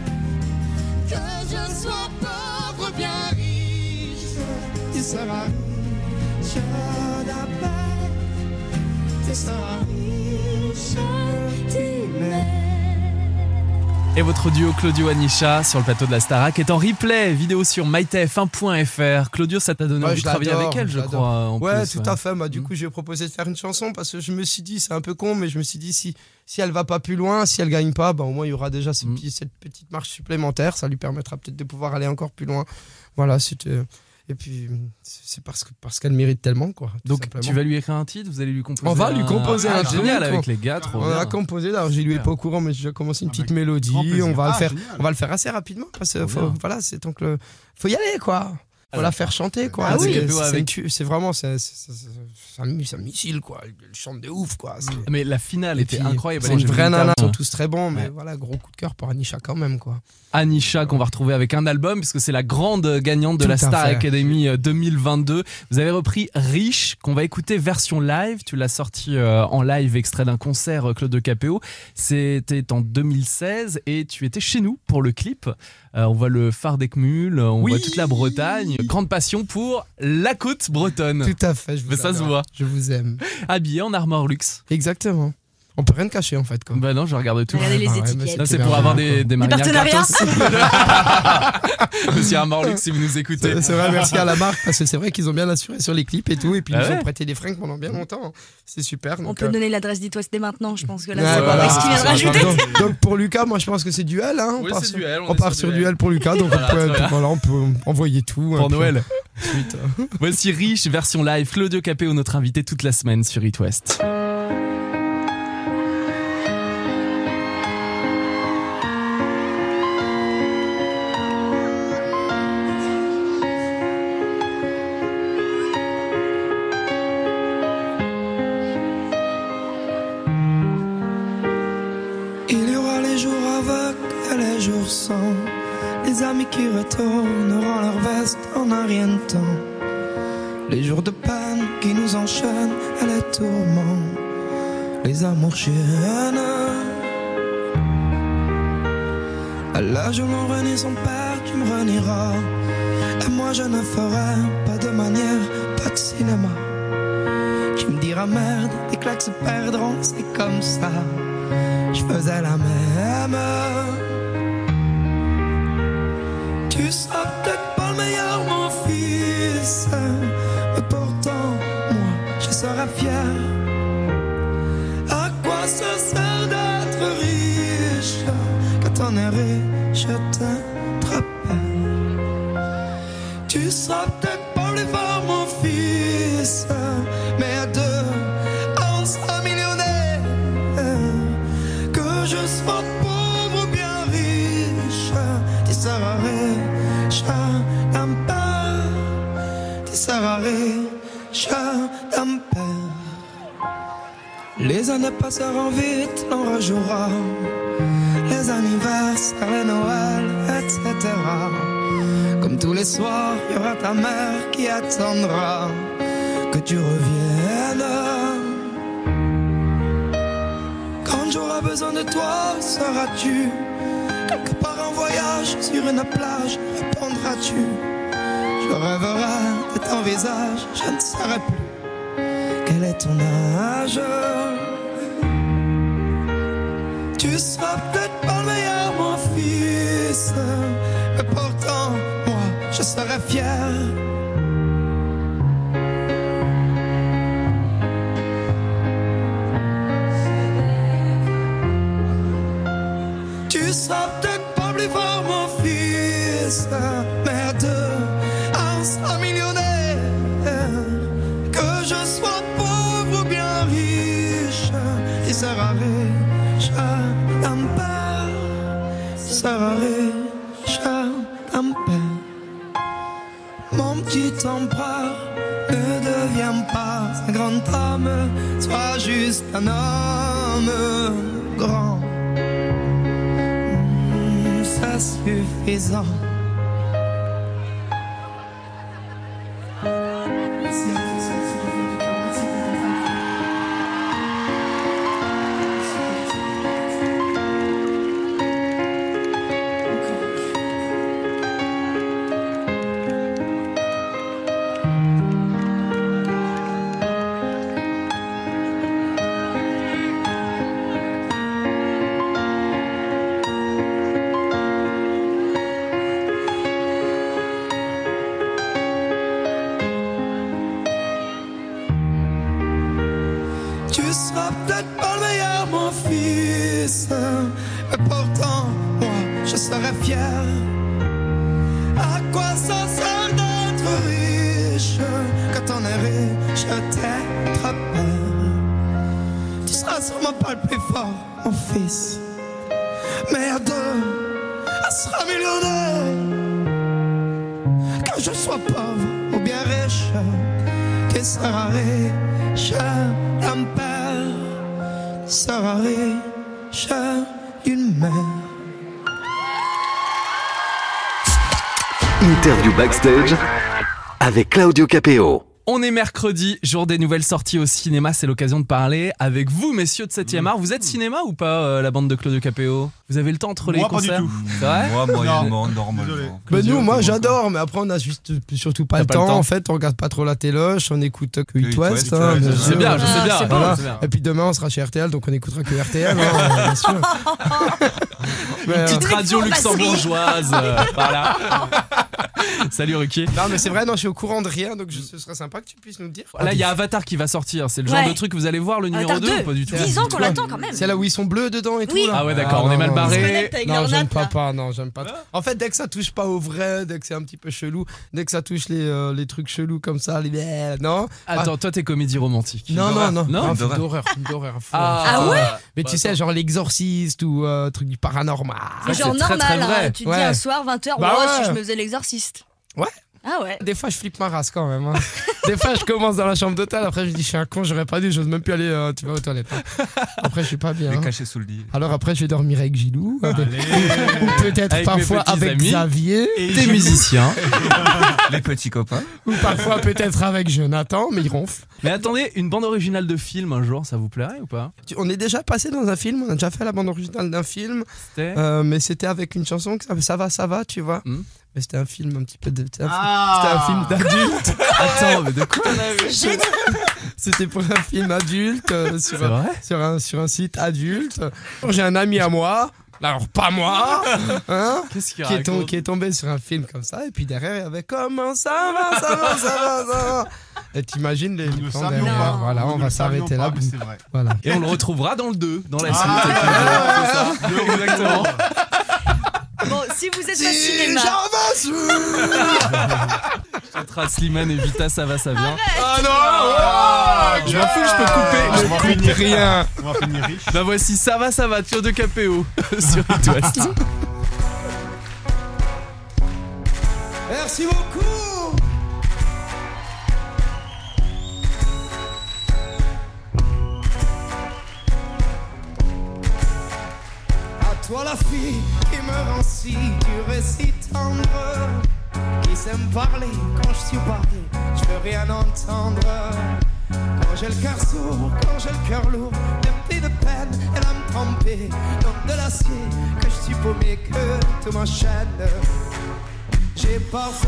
Que je sois pauvre ou bien riche, tu seras riche d'appel. Tu seras riche d'hiver. Et votre duo Claudio Anisha sur le plateau de la Starac est en replay, vidéo sur my t f un point f r. Claudio, ça t'a donné Ouais, envie je de travailler l'adore, avec elle, je l'adore. crois. En Ouais, plus, tout à fait. Bah, du coup, j'ai proposé de faire une chanson parce que je me suis dit, c'est un peu con, mais je me suis dit, si, si elle va pas plus loin, si elle gagne pas, bah, au moins il y aura déjà ce Mm. petit- cette petite marche supplémentaire. Ça lui permettra peut-être de pouvoir aller encore plus loin. Voilà, c'était. Et puis, c'est parce que parce qu'elle mérite tellement, quoi. tout Donc, simplement. tu vas lui écrire un titre, vous allez lui composer. On va lui un- composer Ah, un truc, génial on- avec les gars, trop On bien. a composé, alors j'ai lui est pas au courant, mais j'ai déjà commencé une petite Avec mélodie. grand plaisir. On va Ah, le faire, génial. on va le faire assez rapidement parce que Trop faut, bien. voilà, c'est donc le, faut y aller, quoi. Faut Alors, la faire chanter, quoi. ah C'est- oui. c'est, c'est avec- une tu- c'est vraiment, c'est, c'est, c'est- c'est un, c'est un missile, quoi. Elle chante de ouf, quoi. C'est- Mais la finale Et était puis, incroyable. C'est Moi, une j'ai vu vraie nana, l'interview. ils sont tous très bons, mais Ouais. voilà, gros coup de cœur pour Anisha quand même, quoi. Anisha qu'on va retrouver avec un album puisque c'est la grande gagnante de Tout la à Star fait. Academy euh, deux mille vingt-deux. Vous avez repris Riche qu'on va écouter version live. Tu l'as sorti euh, en live extrait d'un concert euh, Claude Capéo. C'était en deux mille seize et tu étais chez nous pour le clip. Euh, on voit le phare d'Eckmühl, on Oui. voit toute la Bretagne. Grande passion pour la côte bretonne. Tout à fait, je vous Mais ça se adore. voit. Je vous aime. Habillé en armor luxe. Exactement. On peut rien cacher, en fait, quoi. Bah non, je regarde tout. Regardez les Ah ouais, mais étiquettes. Ça, c'est bien, pour avoir quoi. des, des mariages partenariats. gratos. Monsieur Armor Luxe, si vous nous écoutez. C'est c'est vrai, merci à la marque, parce que c'est vrai qu'ils ont bien assuré sur les clips et tout, et puis ils Ah nous ouais. ont prêté des fringues pendant bien longtemps. C'est super. On donc, peut euh, donner l'adresse d'It West dès maintenant, je pense que là, ouais, c'est voilà. pas ce qu'il vient de rajouter. donc, donc pour Lucas, moi je pense que c'est duel. Hein. On Oui, part c'est sur, duel, on on est part sur sur duel. duel pour Lucas, donc Voilà, on, peut, très bien. voilà, on peut envoyer tout. Pour hein, puis Noël. ensuite, euh, Voici Riche, version live. Claudio Capéo, notre invité toute la semaine sur It West. Les amis qui retourneront leur veste en un rien de temps. Les jours de peine qui nous enchaînent et les tourments. Les amours chiennes. À l'âge où l'on renie son père, tu me renieras. Et moi je ne ferai pas de manière, pas de cinéma. Tu me diras merde, tes claques se perdront, c'est comme ça. Je faisais la même. Tu seras peut-être pas le meilleur, mon fils, mais pourtant, moi, je serai fier. À quoi ça sert d'être riche quand on est riche, t'attrape. Tu seras peut-être pas plus fort, mon fils, mais à deux, on sera millionnaire. Que je sois pauvre ou bien riche, tu seras riche d'un père. Tu seras riche d'un père. Les années passeront vite, l'on rejouera les anniversaires, les Noëls, et cetera. Comme tous les soirs, il y aura ta mère qui attendra que tu reviennes. Quand j'aurai besoin de toi, seras-tu quelque part en voyage, sur une plage, répondras-tu? Je rêverai de ton visage, je ne saurai plus quel est ton âge. Tu seras peut-être pas le meilleur, mon fils, mais pourtant, moi, je serai fier. Tu seras peut-être pas plus fort, mon fils, mais à deux, on sera millionnaire. Que je sois pauvre ou bien riche, tu seras riche d'un père. Tu seras riche d'un père. Mon petit empereur, ne deviens pas un grand homme, sois juste un homme grand. Mmh, c'est suffisant. Tu seras peut-être pas le meilleur, mon fils, mais pourtant, moi, je serai fier. À quoi ça sert d'être riche quand on est riche, t'es trop peur. Tu seras sûrement pas le plus fort, mon fils, mais à deux, on sera millionnaire. Que je sois pauvre ou bien riche, tu seras riche d'un père, tu seras riche d'une mère. Interview backstage avec Claudio Capéo. On est mercredi, jour des nouvelles sorties au cinéma, c'est l'occasion de parler avec vous, messieurs de septième art. Vous êtes cinéma ou pas, euh, la bande de Claudio Capéo? Vous avez le temps entre les moi, concerts? Moi, pas du tout. C'est vrai? Moi, moyennement, normalement. Bah nous, moi j'adore, mais après on a juste surtout pas, le, pas temps. le temps. En fait, on regarde pas trop la téloche, on écoute que It West. West, Hein, ouais, bien c'est sûr. bien, je sais bien. Ah, c'est Voilà. bon. C'est bien. Et puis demain, on sera chez R T L, donc on écoutera que R T L, hein, bien sûr. Mais, euh, Petite radio Des luxembourgeoise, euh, voilà. Salut Ruquier. Non, mais c'est vrai, non, je suis au courant de rien, donc je- ce serait sympa que tu puisses nous le dire. Là, il y a Avatar qui va sortir. C'est le genre Ouais. de truc que vous allez voir, le numéro Avatar deux deux. ou pas du tout? dix ans qu'on Ouais. l'attend quand même. C'est là où ils sont bleus dedans et Oui. tout là. Ah ouais, d'accord, on non, est mal non, barré. Ils se connectent avec Non, leur j'aime natte, pas, là. pas, non, j'aime pas. En fait, dès que ça touche pas au vrai, dès que c'est un petit peu chelou, dès que ça touche les, euh, les trucs chelous comme ça, les non. Attends, toi, t'es comédie romantique. Non, non, non, Non, un film film d'horreur, film d'horreur. fou. Ah ouais Mais Bah, tu sais, attends. genre l'exorciste ou euh, truc du paranormal. C'est c'est genre très, très normal, vrai. hein. Tu te Ouais. dis un soir, vingt heures, Bah oh, ouais. si je me faisais l'exorciste. Ah ouais. Des fois, je flippe ma race quand même. Hein. Des fois, je commence dans la chambre d'hôtel. Après, je me dis, je suis un con, j'aurais pas dû. J'ose même plus aller euh, tu vas aux toilettes. Hein. Après, je suis pas bien. Les Hein. cacher sous le lit. Alors après, je vais dormir avec Gilou. Avec... Ou peut-être Avec parfois mes petits avec amis. Xavier. Des musiciens. Les petits copains. Ou parfois peut-être avec Jonathan, mais il ronfle. Mais attendez, une bande originale de film un jour, ça vous plairait ou pas? Tu- On est déjà passé dans un film. On a déjà fait la bande originale d'un film. C'était Euh, mais c'était avec une chanson que ça, ça va, ça va, tu vois. Hmm. Mais c'était un film un petit peu de. C'était un, Ah. c'était un film d'adulte. Attends, mais de quoi? C'était pour un film adulte euh, sur, C'est un, vrai? sur, un, sur un site adulte. Alors, j'ai un ami à moi, alors pas moi, hein, Qu'est-ce qu'il qui, est tom- raconte? qui est tombé sur un film comme ça. Et puis derrière, il y avait comment ça va, ça va, ça va, ça va. Et t'imagines les, les Nous plans savions derrière. pas. Voilà, Nous on ne va le savions s'arrêter là. pas, mais c'est vrai. Voilà. Et on le retrouvera dans le deux, dans la suite. Ah. C'est ça. Exactement. Bon, si vous êtes au cinéma. Chantera Slimane et Vita, ça va, ça vient. Ah non, Ah, je m'en fous, je peux couper, On je va coupe finir. rien. On va finir riche. Bah voici, ça va, ça va, Trio de K P O sur It West. Merci beaucoup. À toi la fille qui me rend si dure et si tendre, qui sait me parler quand je suis paré, je veux rien entendre. Quand j'ai le cœur sourd, quand j'ai le cœur lourd, de de peine, elle a me tremper dans de l'acier, que je suis paumé, que tout m'enchaîne. J'ai parfois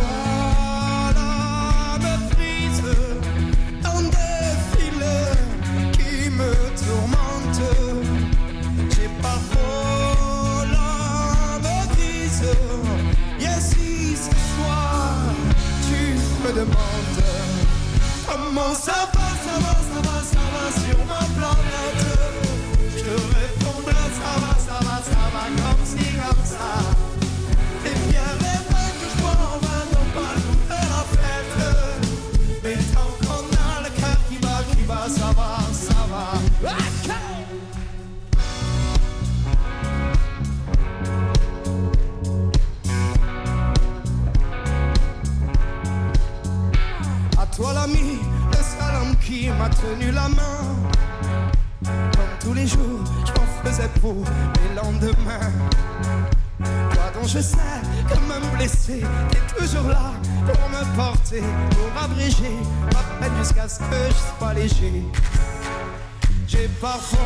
la méprise dans des filets qui me tourmentent. J'ai parfois la méprise. Et si ce soir tu me demandes comment ça va, ça va, ça va, ça va sur ma planète, je te répondrai ça va, ça va, ça va comme ci, comme ça. Et bien les vins que je bois en vin n'ont pas le goût de la fête. Mais tant qu'on a le cœur qui bat, qui bat, ça va, ça va. Okay. À toi l'ami, le seul homme qui m'a tenu la main. Comme tous les jours, je m'en faisais pour les lendemains. Toi dont je sais que même blessé, t'es toujours là pour me porter, pour abréger ma peine jusqu'à ce que je sois léger. J'ai parfois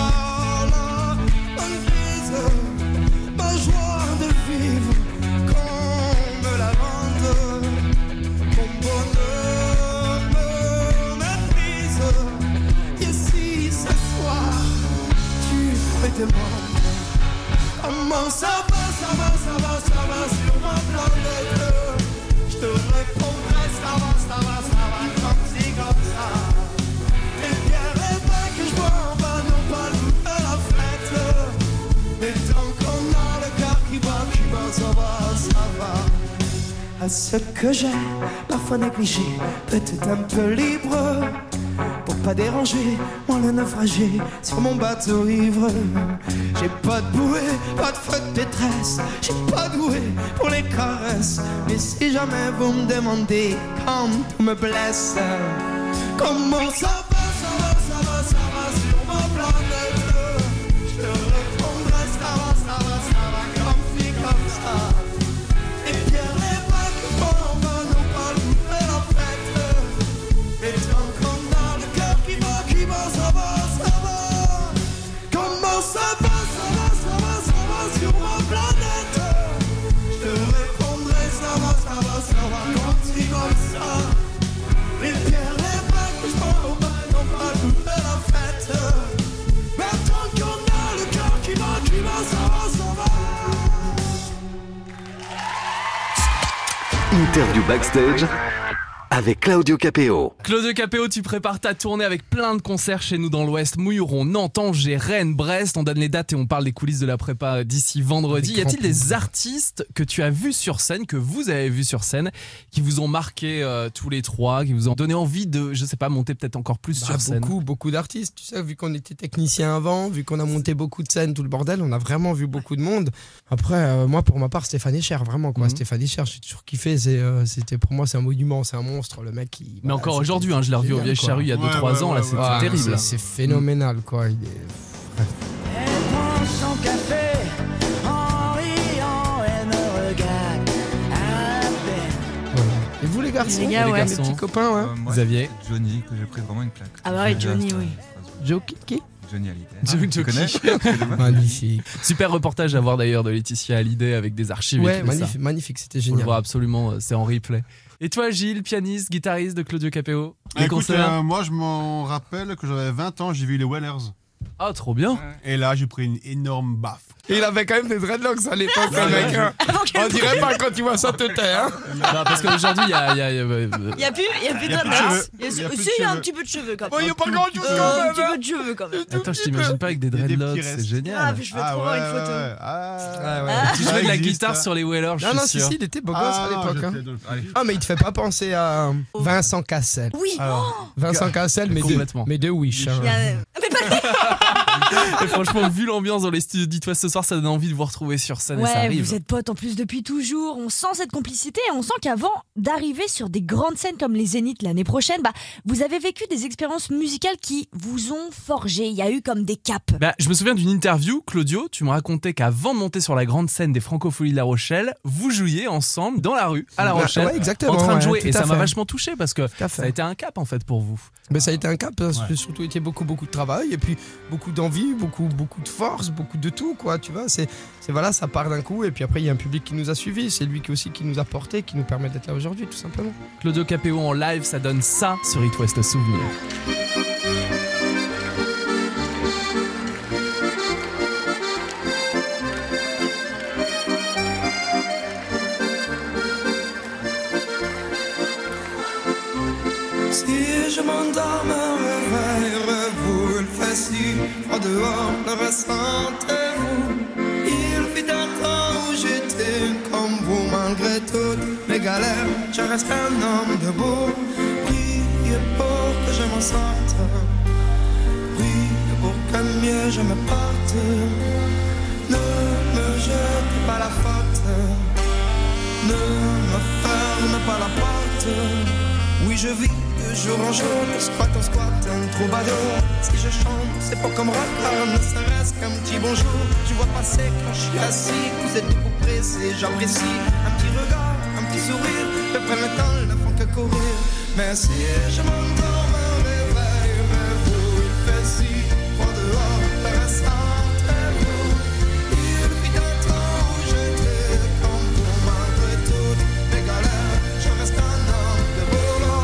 la grise, ma joie de vivre, qu'on me la rende. Mon bonheur me méprise. Et si ce soir tu me demandes comment ça va, ça va, ça va, ça va sur ma planète, je te répondrai ça va, ça va, ça va comme ci, comme ça. Et bien les vins que je bois en bas n'ont pas le goût de la fête. Mais tant qu'on a le cœur qui bat, qui bat, ça va, ça va. À ce que j'ai, parfois négligé, peut-être un peu libre, pour pas déranger, moi le naufragé sur mon bateau ivre. J'ai pas de bouée, pas de feu de détresse, j'ai pas doué pour les caresses. Mais si jamais vous me demandez quand tout me blesse, comment ça va, ça va, ça va, ça va sur ma planète, je te répondrai ça va, ça va, ça va comme ci, comme ça. Et bien les vagues que on va n'ont pas le goût de la fête. Et tant qu'on a le cœur qui bat, qui bat, ça va, ça va. Comment ça va, ça va, ça va, ça va sur ma planète, je te répondrai ça va, ça va, ça va comme ci, comme ça. Et bien les vagues que je prends au bas n'ont pas le goût de la fête. Mais tant qu'on a le cœur qui bat, qui bat, ça va, ça va. Interview backstage avec Claudio Capéo. Claudio Capéo, tu prépares ta tournée avec plein de concerts chez nous dans l'Ouest. Mouilleron, Nantes, Angers, Rennes, Brest. On donne les dates et on parle des coulisses de la prépa d'ici vendredi. Avec Y a-t-il grand des plaisir. artistes que tu as vus sur scène, que vous avez vus sur scène, qui vous ont marqué euh, tous les trois, qui vous ont donné envie de, je sais pas, monter peut-être encore plus Bah, sur scène? beaucoup, beaucoup d'artistes. Tu sais, vu qu'on était technicien avant, vu qu'on a monté beaucoup de scènes, tout le bordel, on a vraiment vu beaucoup de monde. Après, euh, moi, pour ma part, Stéphane Echer, vraiment quoi. Mhm. Stéphane Echer, j'ai toujours kiffé. C'est, euh, c'était pour moi, c'est un monument, c'est un monstre, le mec qui. Mais voilà, encore c'était- aujourd'hui, hein, je l'ai revu au génial, Vieille quoi. Charrue il y a deux trois Ouais, ans, ouais, là, ouais, c'était Ouais, terrible. c'est, c'est phénoménal, quoi. Il est... Elle prend son café en riant, elle me regarde à peine. Voilà. Et vous, les garçons, Les gars, ouais. les garçons. petits copains, ouais. Euh, moi, Xavier. c'est Johnny, que j'ai pris vraiment une claque. Ah bah ouais, Johnny, Juste, oui. euh, Joe Kiki. Johnny Hallyday. Johnny tu connais Jockey. Magnifique. Super reportage à voir d'ailleurs de Laetitia Hallyday avec des archives et Ouais, tout ça. magnifique, magnifique, c'était Faut le génial. voir absolument, c'est en replay. Et toi, Gilles, pianiste, guitariste de Claudio Capéo, les Écoute, concerts? euh, moi je m'en rappelle que j'avais vingt ans, j'ai vu les Wellers. Ah, trop bien. Et là, j'ai pris une énorme baffe. Et il avait quand même des dreadlocks à l'époque, le mec. hein. On dirait pas quand tu vois ça te tais, hein. Non, parce qu'aujourd'hui, il y a, il y a- il y a- euh, Il n'y a plus, il y a plus Il y a de plus de dreadlocks. cheveux. Il y a- Il y a plus de Si, il y a un cheveux. petit peu de cheveux quand Oh, même. il y a pas tout grand petit chose peu. quand Euh, Un même. petit hein. peu de cheveux quand même. Attends, je t'imagine pas avec des Il y a des petits dreadlocks, c'est restes. Ah, génial. je vais Ah, trop voir ouais, une photo. ouais, ouais. Ah, Ah, ouais. Tu Ça jouais de la existe, guitare hein. sur les Wellers, je Non, suis non, si, sûr. si, il était beau gosse Ah, à l'époque. hein. j'étais dans le- Ah, mais il te fait pas penser à Vincent Cassel. Oui. Alors, Vincent Cassel, mais de, Complètement. mais de Wish. hein. Il y a- Mais pas Et franchement, vu l'ambiance dans les studios d'It West ce soir, ça donne envie de vous retrouver sur scène et ça Ouais, arrive. vous êtes potes en plus depuis toujours. On sent cette complicité et on sent qu'avant d'arriver sur des grandes scènes comme les Zénith l'année prochaine, bah, vous avez vécu des expériences musicales qui vous ont forgé. Il y a eu comme des caps. Bah, je me souviens d'une interview, Claudio, tu me racontais qu'avant de monter sur la grande scène des Francopholies de La Rochelle, vous jouiez ensemble dans la rue, à La Bah, Rochelle, ouais, exactement, en train de ouais, jouer. tout Et à ça m'a fait. vachement touché parce que Tout à fait. ça a été un cap en fait pour vous. Mais ça a été un cap, parce que Ouais. surtout été beaucoup, beaucoup de travail, et puis beaucoup d'envie, beaucoup, beaucoup de force, beaucoup de tout, quoi. Tu vois, c'est, c'est voilà, ça part d'un coup, et puis après il y a un public qui nous a suivis. C'est lui qui aussi qui nous a porté, qui nous permet d'être là aujourd'hui, tout simplement. Claudio Capéo en live, ça donne ça sur It West Souvenir. Si je m'endors, me réveille, vous, il fait si froid dehors, le ressentez-vous. Il fut un temps où j'étais comme vous, malgré toutes mes galères, je reste un homme debout. Priez pour que je m'en sorte, priez pour que mieux je me porte. Ne me jetez pas la faute, ne me ferme pas la porte. Oui, je vis de jour en jour, de squat en squat, un troubadour. Si je chante, c'est pour qu'on me regarde, ne serait-ce qu'un petit bonjour. Tu vois passer quand je suis assis, vous êtes beaucoup pressés, j'apprécie. Un petit regard, un petit sourire, peu près le temps ne font que courir. Mais si je m'endors, me réveille, mais vous, il fait si froid dehors, ressentez-vous. Il fut un temps où j'étais comme vous, malgré toutes mes galères, je reste un homme debout.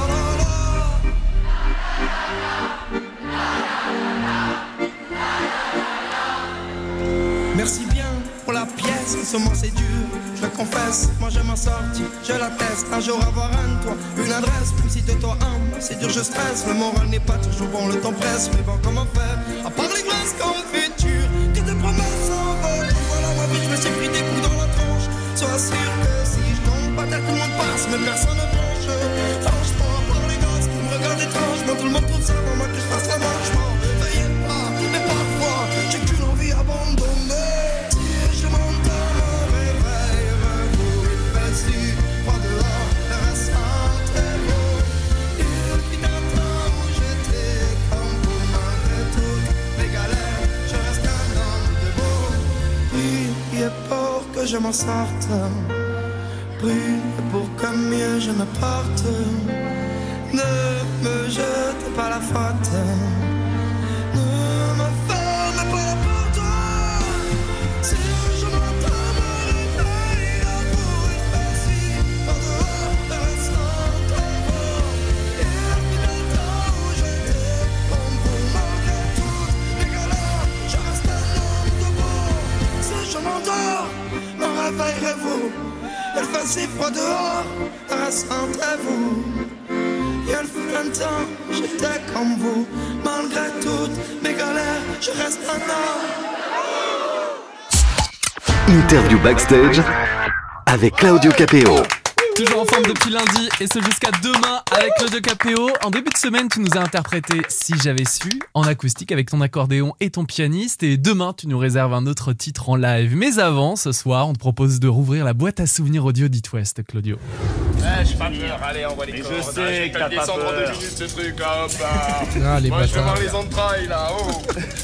Merci bien pour la pièce, en ce moment c'est dur, je le confesse, moi je m'en sortis, je l'atteste, un jour avoir un toit, une adresse, même si de toi un, c'est dur je stresse, le moral n'est pas toujours bon, le temps presse, mais bon comment faire, à part les glaces qu'en futur, que de promesses en vol, voilà ma vie, je me suis pris des coups dans la tronche, sois sûr que si je tombe pas tel tout le monde passe, mais personne ne bronche, franchement, à part les glaces qui me regardent étrangement, tout le monde trouve ça normal que je fasse la manche, veuillez pas, mais parfois, j'ai qu'une envie abandonnée. Si je m'endors, me réveille, vous, il fait si froid dehors, ressentez-vous. Il fut un temps où j'étais comme vous, malgré toutes mes galères, je reste un homme debout. Priez pour que je m'en sorte, priez pour que mieux je me porte. Ne me jetez pas la faute, ne me ferme pas la porte. Si je m'entends me réveille, à vous il fait si froid dehors, ressentez-vous. Il fut un temps où j'étais comme vous, malgré toutes mes galères, je reste un homme debout. Si je m'endors, me réveillerez-vous. Il fait si froid dehors, ressentez-vous. temps, j'étais comme vous. Malgré toutes mes galères, je reste un homme. Interview backstage avec Claudio Capéo. Toujours en forme depuis lundi et ce jusqu'à demain avec Claudio Capéo. En début de semaine, tu nous as interprété Si j'avais su en acoustique avec ton accordéon et ton pianiste. Et demain, tu nous réserves un autre titre en live. Mais avant, ce soir, on te propose de rouvrir la boîte à souvenirs audio d'It West, Claudio. Ouais, j'ai pas peur, allez, on voit les cordes. Je sais que t'as pas peur. deux minutes ce truc, hop là. Ah, les Moi, je vais bâtards. voir les entrailles là, oh.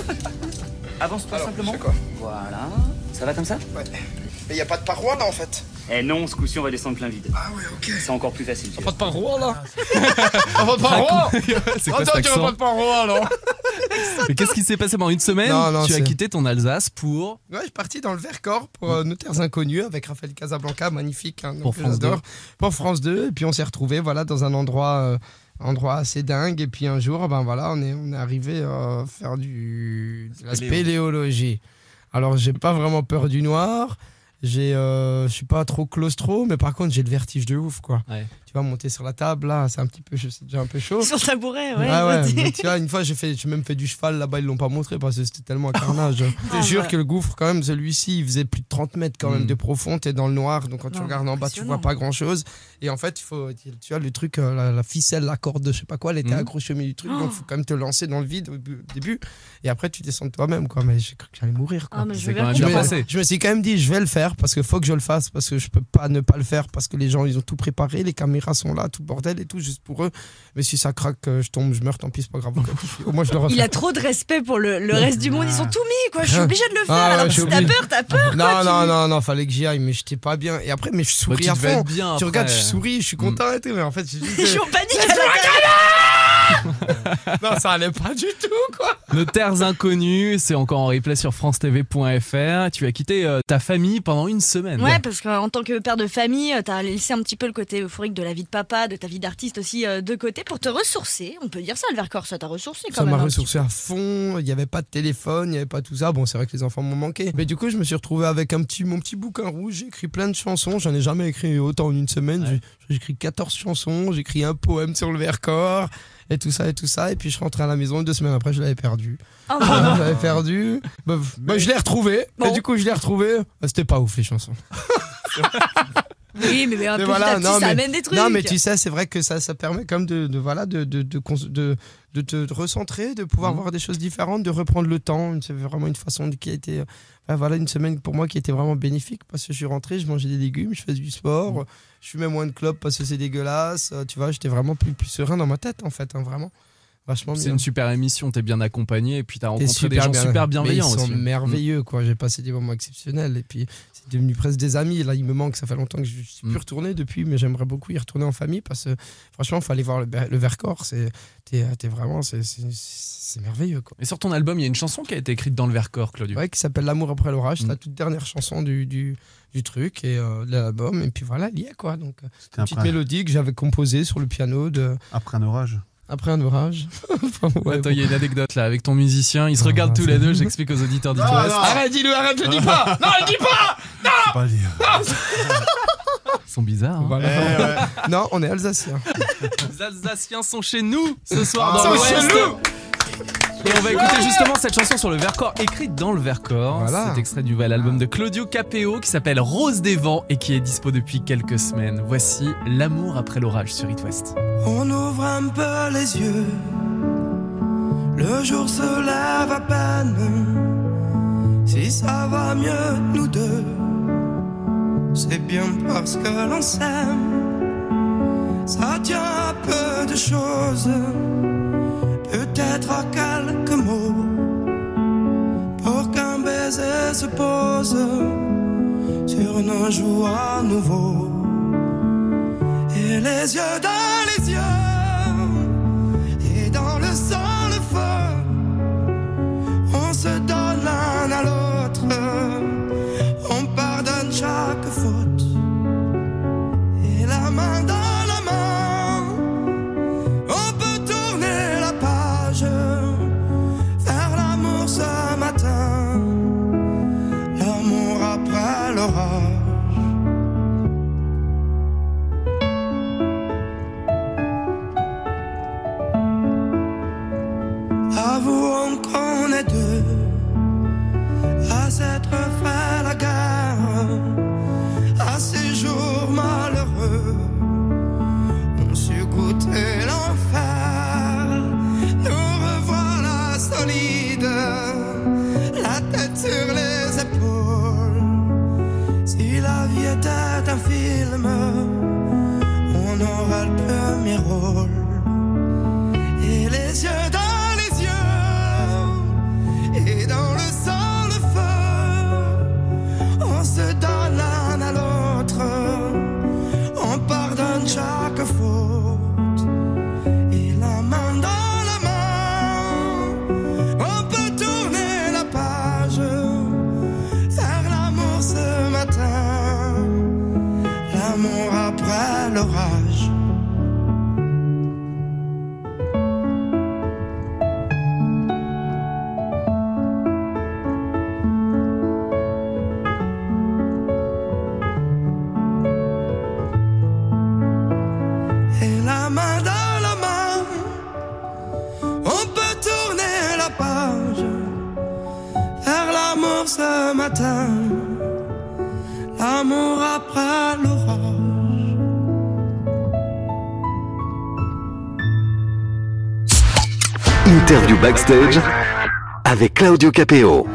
Avance-toi Alors, simplement. je fais quoi? Voilà. Ça va comme ça? Ouais. Mais y a pas de paroi là en fait. Eh non, ce coup-ci on va descendre plein vide. Ah ouais, ok. C'est encore plus facile. Pas de paroi là. Pas de paroi. C'est quoi Attends, cet tu veux accent pas de paroi alors? Mais qu'est-ce qui s'est passé pendant une semaine? Non, non, Tu as c'est- quitté ton Alsace pour... Ouais, je suis parti dans le Vercors pour euh, Notaires Inconnus avec Raphaël Casablanca, magnifique. Hein, donc, Pour France j'adore. Pour France deux. Et puis on s'est retrouvés voilà, dans un endroit, euh, endroit assez dingue. Et puis un jour, ben, voilà, on est, on est arrivé à faire du, de la spéléologie. Alors, j'ai pas vraiment peur du noir. J'ai, euh, je suis pas trop claustro, mais par contre, j'ai le vertige de ouf, quoi. Ouais. Tu vois, monter sur la table, là, c'est un petit peu, c'est déjà un peu chaud. Sur le tabouret, ouais. Ah ouais, vas-y. mais tu vois, une fois j'ai fait, j'ai même fait du cheval là-bas, ils l'ont pas montré parce que c'était tellement un carnage. Je Ah, te jure ouais. que le gouffre, quand même, celui-ci, il faisait plus de trente mètres quand même Mm. de profond, t'es dans le noir, donc quand tu Non, regardes en bas, tu vois impressionnant. pas grand-chose. Et en fait, il faut, tu vois, le truc, euh, la, la ficelle, la corde, je sais pas quoi, elle était Mm. accrochée au milieu du truc, Oh. donc faut quand même te lancer dans le vide au bu- au début. Et après, tu descends de toi-même, quoi. Mais j'ai cru que j'allais mourir, quoi. Ah, mais je C'est veux quand bien même Je bien me, comprendre. passé. je me suis quand même dit, je vais le faire parce qu'il faut que je le fasse, parce que je peux pas ne pas le faire, parce que les gens, ils ont tout préparé, les caméras sont là, tout le bordel et tout, juste pour eux. Mais si ça craque, euh, je tombe, je meurs, tant pis, c'est pas grave. Au moins, je le refais. Il a trop de respect pour le, le reste du monde. Ils sont tout mis, quoi. Je suis obligée de le faire. Ah ouais, Alors, je suis si t'as obligé. peur, t'as peur. Non, quoi, non, tu- non, non, fallait que j'y aille, mais j'étais pas bien. Et après, mais je Bah, souris tu à devais fond. être bien Tu après. regardes, je souris, je suis content et tout, mais en fait, j'ai Je suis dit. en panique à l'intérieur. Non, ça allait pas du tout, quoi. Notaires Inconnus, c'est encore en replay sur france t v point f r. Tu as quitté euh, ta famille pendant une semaine. Ouais, parce qu'en tant que père de famille, euh, t'as laissé un petit peu le côté euphorique de la vie de papa, de ta vie d'artiste aussi euh, de côté pour te ressourcer. On peut dire ça, le Vercors, ça t'a ressourcé quand Ça même. m'a un petit ressourcé à fond, il n'y avait pas de téléphone, il n'y avait pas tout ça. Bon, c'est vrai que les enfants m'ont manqué. Mais du coup, je me suis retrouvé avec un petit, mon petit bouquin rouge, j'ai écrit plein de chansons. J'en ai jamais écrit autant en une semaine. Ouais. J'ai, j'ai écrit quatorze chansons, j'ai écrit un poème sur le Vercors, et tout ça, et tout ça. Et puis je rentrais à la maison, deux semaines après, je l'avais perdu. peu. Oh, Je l'avais perdu. Bah, bah, je l'ai retrouvé. Bon. Et du coup, je l'ai retrouvé. Bah, c'était pas ouf, les chansons. oui, mais, mais un Mais peu voilà, petit à petit, non, ça mais- amène des trucs. Non, mais tu sais, c'est vrai que ça, ça permet comme de, de, voilà, de, de, de, cons- de, de te recentrer, de pouvoir Mhm. voir des choses différentes, de reprendre le temps. C'est vraiment une façon de- qui a été. Enfin, voilà, une semaine pour moi qui était vraiment bénéfique parce que je suis rentré, je mangeais des légumes, je faisais du sport, Mhm. je fumais moins de clopes parce que c'est dégueulasse. euh, Tu vois, j'étais vraiment plus, plus serein dans ma tête, en fait, hein, vraiment. Vachement C'est bien. une super émission, t'es bien accompagné et puis t'as Et rencontré des gens bien- super mais bienveillants ils sont aussi. merveilleux, quoi. J'ai passé des moments exceptionnels et puis c'est devenu presque des amis. Là, il me manque, ça fait longtemps que je suis plus Mm. retourné depuis, mais j'aimerais beaucoup y retourner en famille parce que franchement, il faut aller voir le, le Vercors. C'est, t'es, t'es vraiment, c'est, c'est, c'est merveilleux, quoi. Et sur ton album, il y a une chanson qui a été écrite dans le Vercors, Claudio. Ouais, qui s'appelle L'amour après l'orage. C'est Mm. la toute dernière chanson du, du, du truc et euh, de l'album. Et puis voilà, elle y est, quoi. Donc, euh, C'était une petite après, mélodie que j'avais composée sur le piano de, après un orage. après un orage. Enfin, ouais, Attends, bon. il y a une anecdote là avec ton musicien. Ils se Ah, regardent tous c'est- les deux. J'explique aux auditeurs d'It Non, West. non. Arrête, dis-le, arrête, le dis pas. Non, le dis pas. Faut pas le dire. Ils sont bizarres. hein. Voilà. Eh ouais. Non, on est alsaciens. Les Alsaciens sont chez nous ce soir Ah, dans sont chez l'Ouest. nous. Et on va écouter justement cette chanson sur le Vercors, écrite dans le Vercors. Voilà. C'est extrait du nouvel album de Claudio Capéo qui s'appelle Rose des Vents et qui est dispo depuis quelques semaines. Voici L'amour après l'orage sur It West. On ouvre un peu les yeux, le jour se lève à peine. Si ça va mieux, nous deux, c'est bien parce que l'on s'aime. Ça tient à peu de choses, peut-être à quelques mots, pour qu'un baiser se pose sur nos joues à nouveau. Et les yeux dans les yeux, et dans le sang le feu, on se donne l'un à l'autre, on pardonne chaque faute. Et la main dans la main, on peut tourner la page, faire l'amour ce matin, l'amour après l'orage. Avouons qu'on est deux à s'être fait la guerre, à ces jours malheureux, on sut goûter l'enfer. Nous revoilà solides, la tête sur les épaules. Si la vie était un film, on aura le premier rôle. Et les yeux dans les yeux, et dans le sang le feu, on se donne l'un à l'autre, on pardonne chaque faute. Et la main dans la main, on peut tourner la page, faire l'amour ce matin, l'amour après l'orage. Ce matin, l'amour après l'orage. Interview backstage avec Claudio Capéo.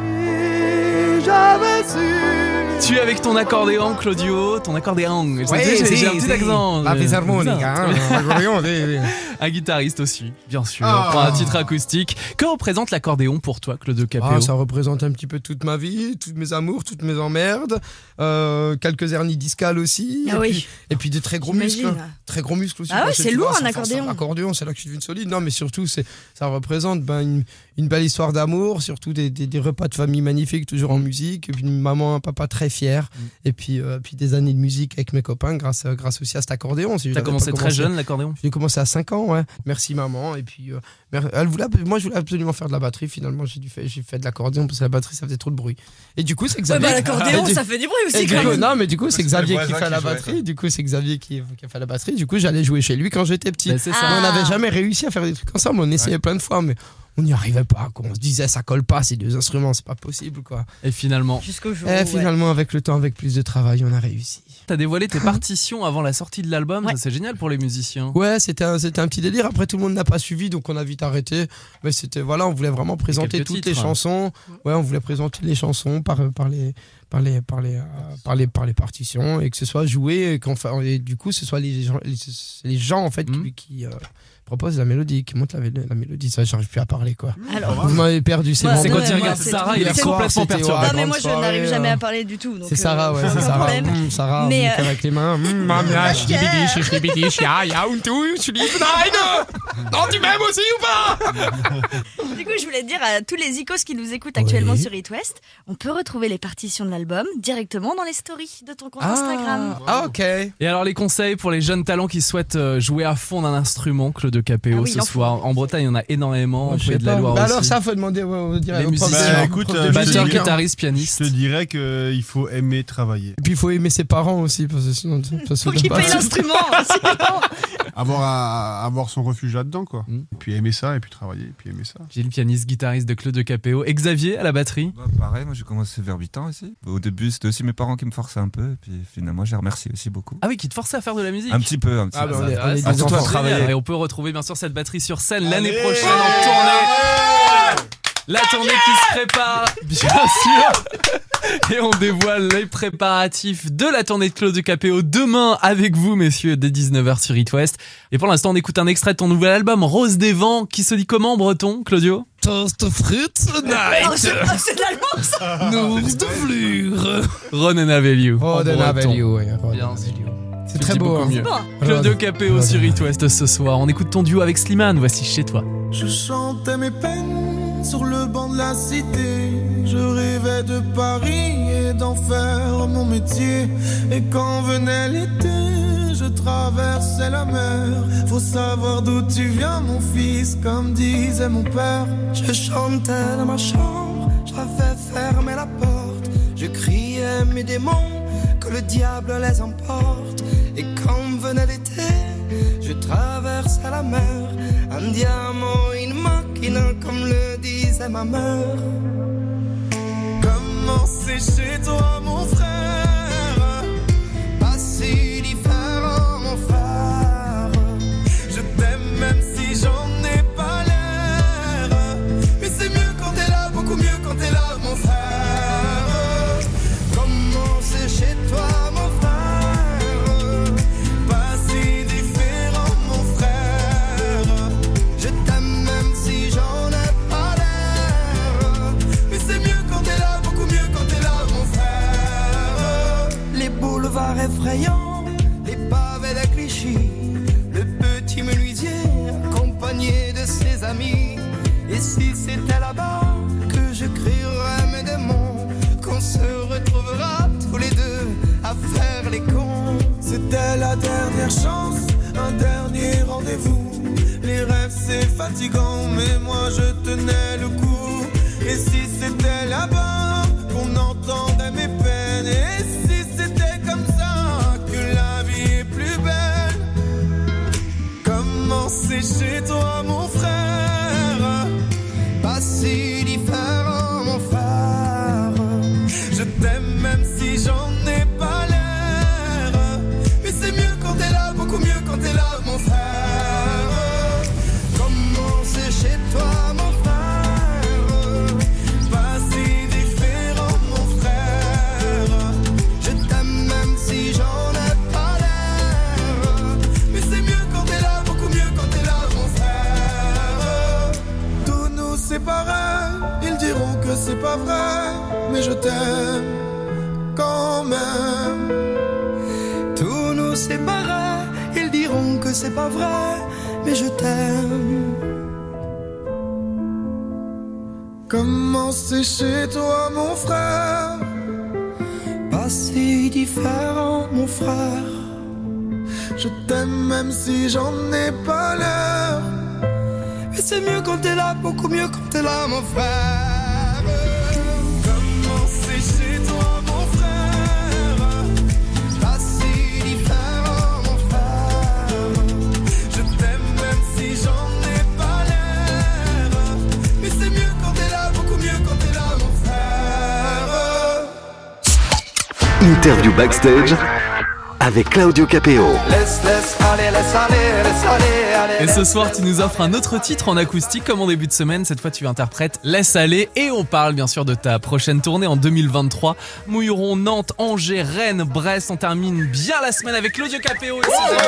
J'avais su. Tu es avec ton accordéon, Claudio, ton accordéon. Je Ouais, sais, j'ai, si, j'ai un petit si. accent. La fisharmonica, hein, l'accordéon, oui, oui. Un guitariste aussi, bien sûr. Ah. Pour un titre acoustique. Que représente l'accordéon pour toi, Claudio Capéo? Ah, ça représente un petit peu toute ma vie, tous mes amours, toutes mes emmerdes, euh, quelques hernies discales aussi. Ah et, oui. puis, et puis de très gros J'imagine. muscles. Très gros muscles aussi. Ah ouais, parce que c'est tu lourd, vois, un ça force accordéon. L'accordéon, c'est là que je suis devenu solide. Non, mais surtout, c'est, ça représente ben, une, une belle histoire d'amour, surtout des, des, des repas de famille magnifiques, toujours en musique. Et puis une maman, un papa très fier. Mm. Et puis, euh, puis des années de musique avec mes copains grâce, grâce aussi à cet accordéon. Si T'as commencé très jeune, l'accordéon? J'ai commencé à cinq ans, ouais. Merci maman. Et puis, euh, elle voulait, moi, je voulais absolument faire de la batterie. Finalement, j'ai, dû faire, j'ai fait de l'accordéon parce que la batterie, ça faisait trop de bruit. Et du coup, c'est Xavier. Ouais, bah, l'accordéon, du... ça fait du bruit aussi, et quand coup, même. Non, mais du coup, c'est Xavier qui fait qui la jouait, batterie. ça. Du coup, c'est Xavier qui, qui a fait la batterie. Du coup, j'allais jouer chez lui quand j'étais petit. Ben, c'est ça. Mais on Ah. n'avait jamais réussi à faire des trucs ensemble. On essayait plein de fois, mais on n'y arrivait pas. Quoi. On se disait, ça colle pas, ces deux instruments, c'est pas possible. Quoi. Et finalement, Jusqu'au jour. Et où, finalement, ouais. avec le temps, avec plus de travail, on a réussi. t'as dévoilé tes partitions avant la sortie de l'album. Ouais. Ça, c'est génial pour les musiciens. Ouais, c'était un, c'était un petit délire. Après, tout le monde n'a pas suivi, donc on a vite arrêté. Mais c'était, voilà, on voulait vraiment présenter quelques toutes titres, les hein. chansons. Ouais, on voulait présenter les chansons par, par les. Par les, par, les, euh, par, les, par les partitions et que ce soit joué et, qu'enfin, et du coup ce soit les gens, les, les gens en fait mmh. qui, qui euh, proposent la mélodie, qui montent la, la mélodie. Ça, j'arrive plus à parler quoi. Alors, vous m'avez perdu, c'est Ouais, bon. C'est non, quand mais il moi, regarde c'est Sarah, tout. il est C'est complètement c'était, perturbé. ouais, non mais grande moi je soirée, n'arrive jamais euh, à parler du tout. donc, C'est Sarah, euh, ouais, aucun c'est Sarah. problème. Mmh, Sarah, Mais, mais, euh, avec les mains. Mmh, mamia, schlibidisch, schlibidisch, ja, ja, und du, schlieb, nein. Non, tu m'aimes aussi ou pas? Du coup, je voulais dire à tous les icos qui nous écoutent actuellement Oui. sur It West, on peut retrouver les partitions de l'album directement dans les stories de ton compte Ah, Instagram. ah, ok. Et alors les conseils pour les jeunes talents qui souhaitent euh, jouer à fond d'un instrument, Claude Capéo, Ah oui, ce il en faut. soir. En Bretagne, il y en a énormément. Moi, Au je Pays sais de la pas. Loire Bah aussi. alors ça, faut demander au, au, Les au prof de- musiciens. Bah, écoute, prof de euh, musique, Batteur, je te dis- hein. guitariste, Je pianiste. te dirais qu'il faut aimer travailler. Et puis il faut aimer ses parents aussi parce que sinon ça se Faut donne qu'il pas. paye l'instrument. sinon- Avoir, un- avoir son refuge là-dedans, quoi. Mm. Et puis aimer ça, et puis travailler, et puis aimer ça. Gilles, pianiste, guitariste de Claude Capéo. Et Xavier à la batterie. Bah, pareil, moi j'ai commencé vers huit ans aussi. Au début, c'était aussi mes parents qui me forçaient un peu. Et puis finalement, j'ai remercié aussi beaucoup. Ah oui, qui te forçait à faire de la musique. Un petit peu, un petit Ah peu. bah, Ça on est- intéresse. on est Ah, des surtout à enfants. travailler. Et on peut retrouver bien sûr cette batterie sur scène l'année prochaine en tournée. La tournée qui se prépare, bien sûr. Et on dévoile les préparatifs de la tournée de Claude Capéo demain avec vous, messieurs, dès dix-neuf heures sur It West. Et pour l'instant, on écoute un extrait de ton nouvel album, Rose des Vents, qui se dit comment en breton, Claudio? Toast frites Oh, night. c'est oh, c'est de l'allemand ça. Nours de flure. Ron and Avelio. Oh, en de breton. Avelio, ouais. Ron Bien and sûr. Avelio. C'est Tu très dis beau. beaucoup hein. mieux. Bon. Claude Capéo Ron. sur It West ce soir. On écoute ton duo avec Slimane, voici Chez toi. Je chantais mes peines sur le banc de la cité. Je rêvais de Paris et d'en faire mon métier. Et quand venait l'été, je traversais la mer. Faut savoir d'où tu viens, mon fils, comme disait mon père. Je chantais dans ma chambre, j'avais fermé la porte. Je criais mes démons, que le diable les emporte. Et quand venait l'été, je traversais la mer. Un diamant, une machine comme le c'est ma mère. Comment c'est chez toi mon frère? Pas si différent mon frère. Je t'aime même si j'en ai pas l'air. Mais c'est mieux quand t'es là, beaucoup mieux quand t'es là mon frère. Comment c'est chez toi mon frère? Pas si différent mon frère. Je t'aime même si j'en ai pas l'air. Mais c'est mieux quand t'es là, beaucoup mieux quand t'es là mon frère. Les boulevards effrayants, les pavés de Clichy, le petit menuisier accompagné de ses amis. Et si c'était là-bas que je crierais mes démons, qu'on se retrouvera tous les deux à faire les cons. C'était la dernière chance, un dernier rendez-vous. Les rêves c'est fatigant, mais moi je tenais le coup. Et si c'était là-bas qu'on entendait mes peines, et si c'était comme ça que la vie est plus belle. Comment c'est chez toi mon frère? Pas si différent mon frère. Je t'aime même si j'en ai pas l'air. Mais c'est mieux quand t'es là, beaucoup mieux quand t'es là mon frère. Comment c'est chez toi mon frère? Pas si différent mon frère. Je t'aime même si j'en ai pas l'air. Mais c'est mieux quand t'es là, beaucoup mieux quand t'es là mon frère. Tous nous c'est pareil, ils diront que c'est pas vrai, mais je t'aime quand même. Tous nous c'est pareil, ils diront que c'est pas vrai, mais je t'aime. Comment c'est chez toi mon frère? Pas si différent mon frère. Je t'aime même si j'en ai pas l'air. Mais c'est mieux quand t'es là, beaucoup mieux quand t'es là mon frère. Comment c'est chez toi mon frère? Pas si différent mon frère. Je t'aime même si j'en ai pas l'air. Mais c'est mieux quand t'es là, beaucoup mieux quand t'es là mon frère. Interview backstage avec Claudio Capéo. Laisse, laisse aller, laisse aller, laisse aller, allez. Et ce soir, tu nous offres un autre titre en acoustique comme en début de semaine. Cette fois, tu interprètes Laisse aller et on parle bien sûr de ta prochaine tournée en deux mille vingt-trois. Mouilleron, Nantes, Angers, Rennes, Brest. On termine bien la semaine avec Claudio Capéo.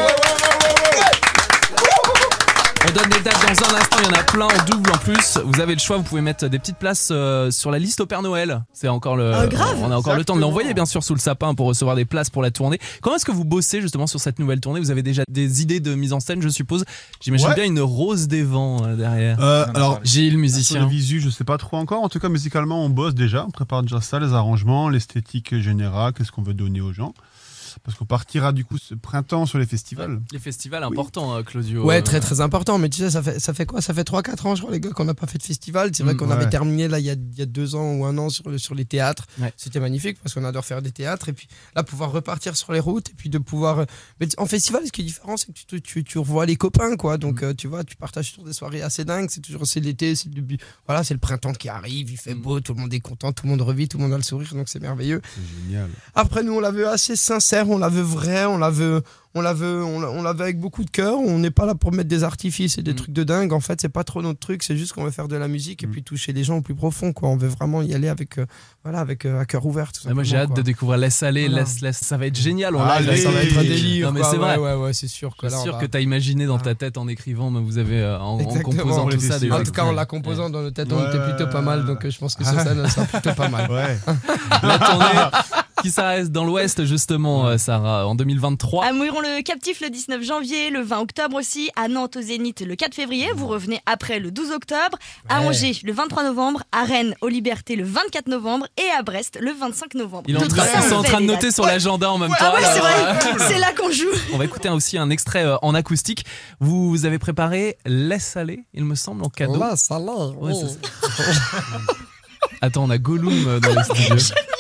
On donne les dates dans un instant, il y en a plein en double en plus. Vous avez le choix, vous pouvez mettre des petites places euh, sur la liste au Père Noël. C'est encore le, oh, grave. On a encore Exactement. le temps de l'envoyer bien sûr sous le sapin pour recevoir des places pour la tournée. Comment est-ce que vous bossez justement sur cette nouvelle tournée? Vous avez déjà des idées de mise en scène, je suppose. J'imagine ouais. bien une Rose des Vents euh, derrière. Euh, alors, Gilles, musicien. Sur les visus, je sais pas trop encore. En tout cas, musicalement, on bosse déjà. On prépare déjà ça, les arrangements, l'esthétique générale, qu'est-ce qu'on veut donner aux gens. Parce qu'on partira du coup ce printemps sur les festivals. Les festivals importants, oui. Claudio. Ouais, très très important. Mais tu sais, ça fait, ça fait quoi? Ça fait trois quatre ans, je crois, les gars, qu'on n'a pas fait de festival. C'est vrai mmh, qu'on ouais. avait terminé là il y a, il y a deux ans ou un an sur, sur les théâtres. Ouais. C'était magnifique parce qu'on adore faire des théâtres. Et puis là, pouvoir repartir sur les routes et puis de pouvoir. Mais en festival, ce qui est différent, c'est que tu, tu, tu revois les copains, quoi. Donc mmh. euh, tu vois, tu partages toujours des soirées assez dingues. C'est toujours c'est l'été, c'est le début. Voilà, c'est le printemps qui arrive, il fait beau, tout le monde est content, tout le monde revit, tout le monde a le sourire. Donc c'est merveilleux. C'est génial. Après, nous, on la veut assez sincère, on la veut vrai. On la veut, on la veut, on la, on la veut avec beaucoup de cœur. On n'est pas là pour mettre des artifices et des mmh. trucs de dingue. En fait, c'est pas trop notre truc. C'est juste qu'on veut faire de la musique mmh. et puis toucher les gens au plus profond, quoi. On veut vraiment y aller avec, euh, voilà, avec euh, à cœur ouvert. Tout moi, j'ai hâte quoi. de découvrir Laisse aller, voilà. laisse, laisse. Ça va être génial. On ah, live, ça va être un délire. Non, mais c'est vrai. Ouais, ouais, ouais, c'est sûr. C'est sûr va... que t'as imaginé dans ta tête en écrivant, mais vous avez euh, en, en composant tout ça. Des en tout cas, en la composant dans nos têtes, on était plutôt pas mal. Donc, je pense que sur scène, ça sera plutôt pas mal. La tournée qui s'arrête dans l'Ouest justement, Sarah, en deux mille vingt-trois. À Mouilleron le Captif le dix-neuf janvier, le vingt octobre aussi, à Nantes au Zénith le quatre février, vous revenez après le douze octobre, à ouais. Angers le vingt-trois novembre, à Rennes aux Libertés le vingt-quatre novembre et à Brest le vingt-cinq novembre. Ils sont en train de noter sur l'agenda en même ouais, temps. Ah ouais, c'est vrai, c'est là qu'on joue. On va écouter aussi un extrait euh, en acoustique. Vous, vous avez préparé Laisse aller, il me semble, en cadeau. Laisse aller. Ouais, oh. Attends, on a Gollum dans les studios.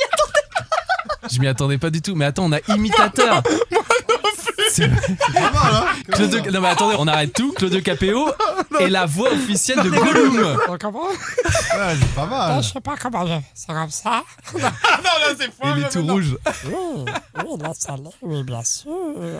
Je m'y attendais pas du tout, mais attends, on a imitateur. C'est pas mal, hein. Claudio... Non mais attendez, on arrête tout. Claudio Capéo et la voix officielle de Gollum. Comment? Ouais, c'est pas mal. Je sais pas comment je... C'est comme ça. non, non, c'est faux. Il est tout rouge. Oui, oui, la salée, oui, bien sûr.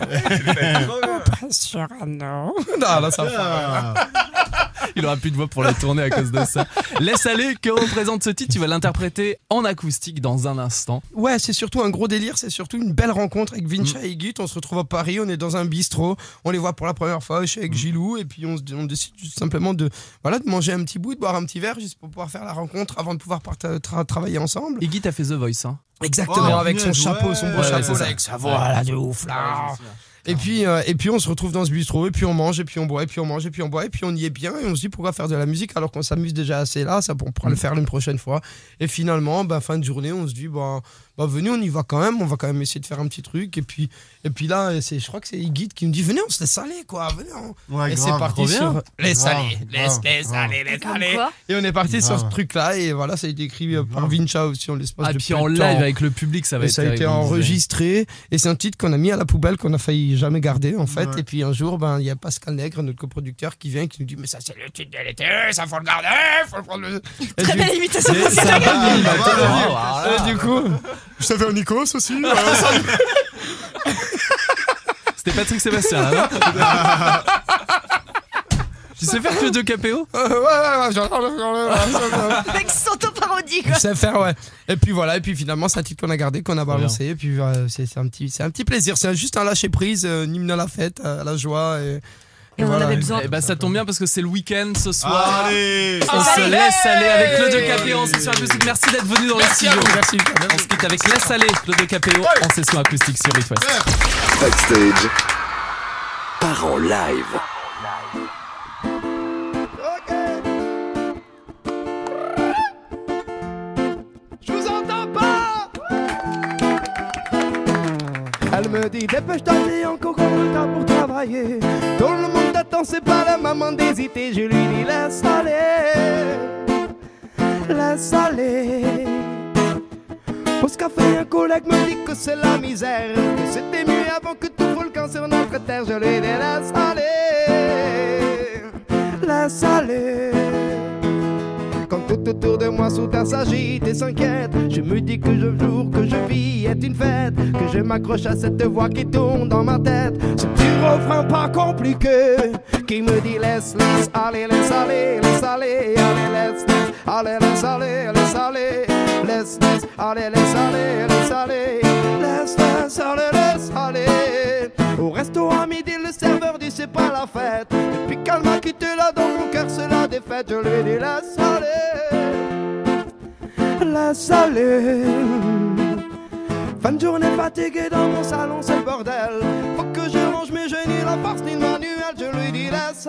Impressionnant. Non, là, ça va. Il aura plus de voix pour la tournée à cause de ça. Laisse aller, que représente ce titre? Tu vas l'interpréter en acoustique dans un instant. Ouais, c'est surtout un gros délire, c'est surtout une belle rencontre avec Vincha mmh. et Iggy. On se retrouve à Paris, on est dans un bistrot, on les voit pour la première fois, je suis avec mmh. Gilou, et puis on, on décide juste simplement de, voilà, de manger un petit bout, de boire un petit verre, juste pour pouvoir faire la rencontre avant de pouvoir part- tra- travailler ensemble. Iggy, t'as fait The Voice, hein? Exactement, oh, avec son chapeau, ouais. son beau ouais, chapeau, ouais, là, avec sa voix là de ouf là. Ouais, Et puis, euh, et puis on se retrouve dans ce bistrot, et puis on mange, et puis on boit, et puis on mange, et puis on boit, et puis on y est bien, et on se dit pourquoi faire de la musique alors qu'on s'amuse déjà assez là, ça on pourra le faire une prochaine fois. Et finalement, bah, fin de journée, on se dit bah, bah venez, on y va quand même, on va quand même essayer de faire un petit truc. Et puis, et puis là, c'est, je crois que c'est Iggy qui me dit venez, on se laisse aller quoi, venez. On... Ouais, et grave, c'est parti sur laisse grave, aller, laisse, laisse grave. aller, laisse Comme aller. quoi Et on est parti Grave. sur ce truc là, et voilà, ça a été écrit euh, par Vincha aussi en l'espace Ah, de puis peu en de live temps. avec le public, ça va Et être ça a été terrible, enregistré, et c'est un titre qu'on a mis à la poubelle, qu'on a failli jamais garder en fait. Ouais. Et puis un jour, ben il y a Pascal Nègre, notre coproducteur, qui vient et qui nous dit mais ça c'est le titre de l'été, ça faut le garder, faut le prendre. Le... Et Très du... belle imitation. Et ça va, il m'a Ah, tellement- voilà. Et du coup, je t'avais un Nikos aussi. voilà, ça- C'était Patrick Sébastien, là, non? Tu sais faire Claudio Capéo? Euh, ouais, ouais, ouais, j'en- j'en- j'en- Avec son parodie quoi. Je sais faire, ouais. Et puis voilà, et puis finalement, c'est un titre qu'on a gardé, qu'on a Trop balancé. Et puis euh, c'est, c'est, un petit, c'est un petit plaisir. C'est juste un lâcher prise, euh, un hymne à la fête, à la joie. Et, Et on en avait besoin. Eh ben, ça tombe bien parce que c'est le week-end ce soir. Allez. On Ah, se allez. laisse aller avec Claudio Capéo en session acoustique. Merci d'être venu dans le Merci à studio. vous, merci. On se quitte avec Laisse aller, Claudio Capéo en session acoustique sur It West. Backstage. Part en live. Je vous entends pas. Elle me dit dépêche-toi, j'ai encore le temps pour travailler. Tout le monde t'attend, c'est pas le moment d'hésiter. Je lui dis laisse aller, laisse aller. Parce qu'a fait un collègue me dit que c'est la misère, que c'était mieux avant que tout volcan sur notre terre. Je lui dis laisse aller, laisse aller. Quand tout autour de moi soudain s'agite et s'inquiète, je me dis que le jour que je vis est une fête, que je m'accroche à cette voix qui tourne dans ma tête. Ce petit refrain pas compliqué qui me dit laisse, laisse aller, laisse aller, laisse aller, allez, laisse, laisse, allez, laisse aller, laisse aller, laisse, laisse, allez, laisse aller, laisse aller, laisse, laisse, allez, laisse aller. Au restaurant à midi, le serveur dit c'est pas la fête. Depuis qu'elle m'a quitté là dans mon cœur, c'est la défaite. Je lui dis laisse aller, laisse aller. Fin de journée fatigué dans mon salon, c'est le bordel. Faut que je range mes genoux, la force ni le manuel. Je lui dis laisse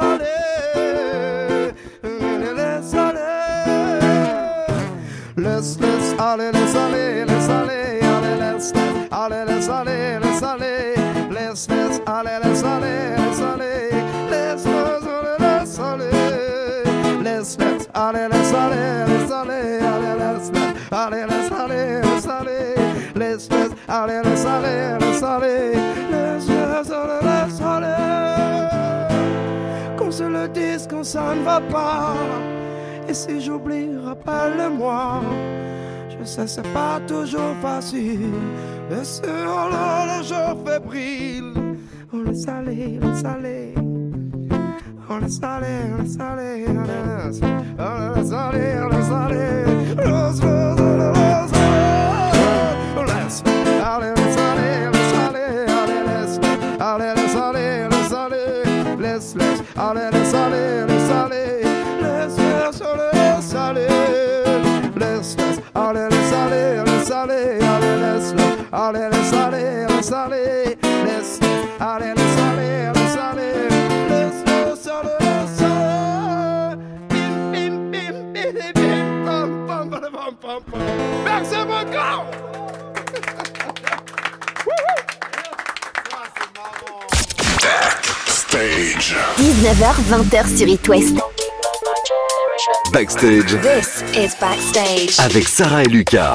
aller, laisse aller. Laisse, laisse aller, laisse aller, laisse aller, allez, laisse, laisse, allez, laisse aller, laisse aller. Laisse, laisse, allez, laisse aller, laisse aller. Laisse, laisse, allez, laisse aller. Laisse, laisse, allez, laisse aller, laisse aller. Allez, laisse, laisse, allez, laisse aller, laisse aller. Laisse, laisse, allez, laisse aller, laisse aller. Laisse, laisse, allez, laisse aller. Qu'on se le dise quand ça ne va pas. Et si j'oublie, rappelle-moi. Je sais, c'est pas toujours facile. Et sur le jour fébrile, on laisse aller, laisse aller. On laisse aller, on laisse aller, on laisse on laisse aller, on laisse aller. Laisse, laisse, laisse, laisse. Laisse aller, laisse aller, laisse aller. Allez, laisse, allez, laisse aller, laisse aller. Laisse, laisse, allez, laisse aller, laisse aller. Laisse, laisse, laisse aller. Laisse, laisse, allez, laisse aller, laisse aller. Allez, laisse, allez, laisse aller, laisse aller. Laisse, allez, laisse aller, laisse aller. Laisse, laisse, allez, laisse aller. Bim, bim, bim, bim, bim, pam, pam, pam, pam, pam, pam. Merci beaucoup. Backstage. dix-neuf heures vingt heures sur It West. Backstage This is Backstage. avec Sarah et Lucas.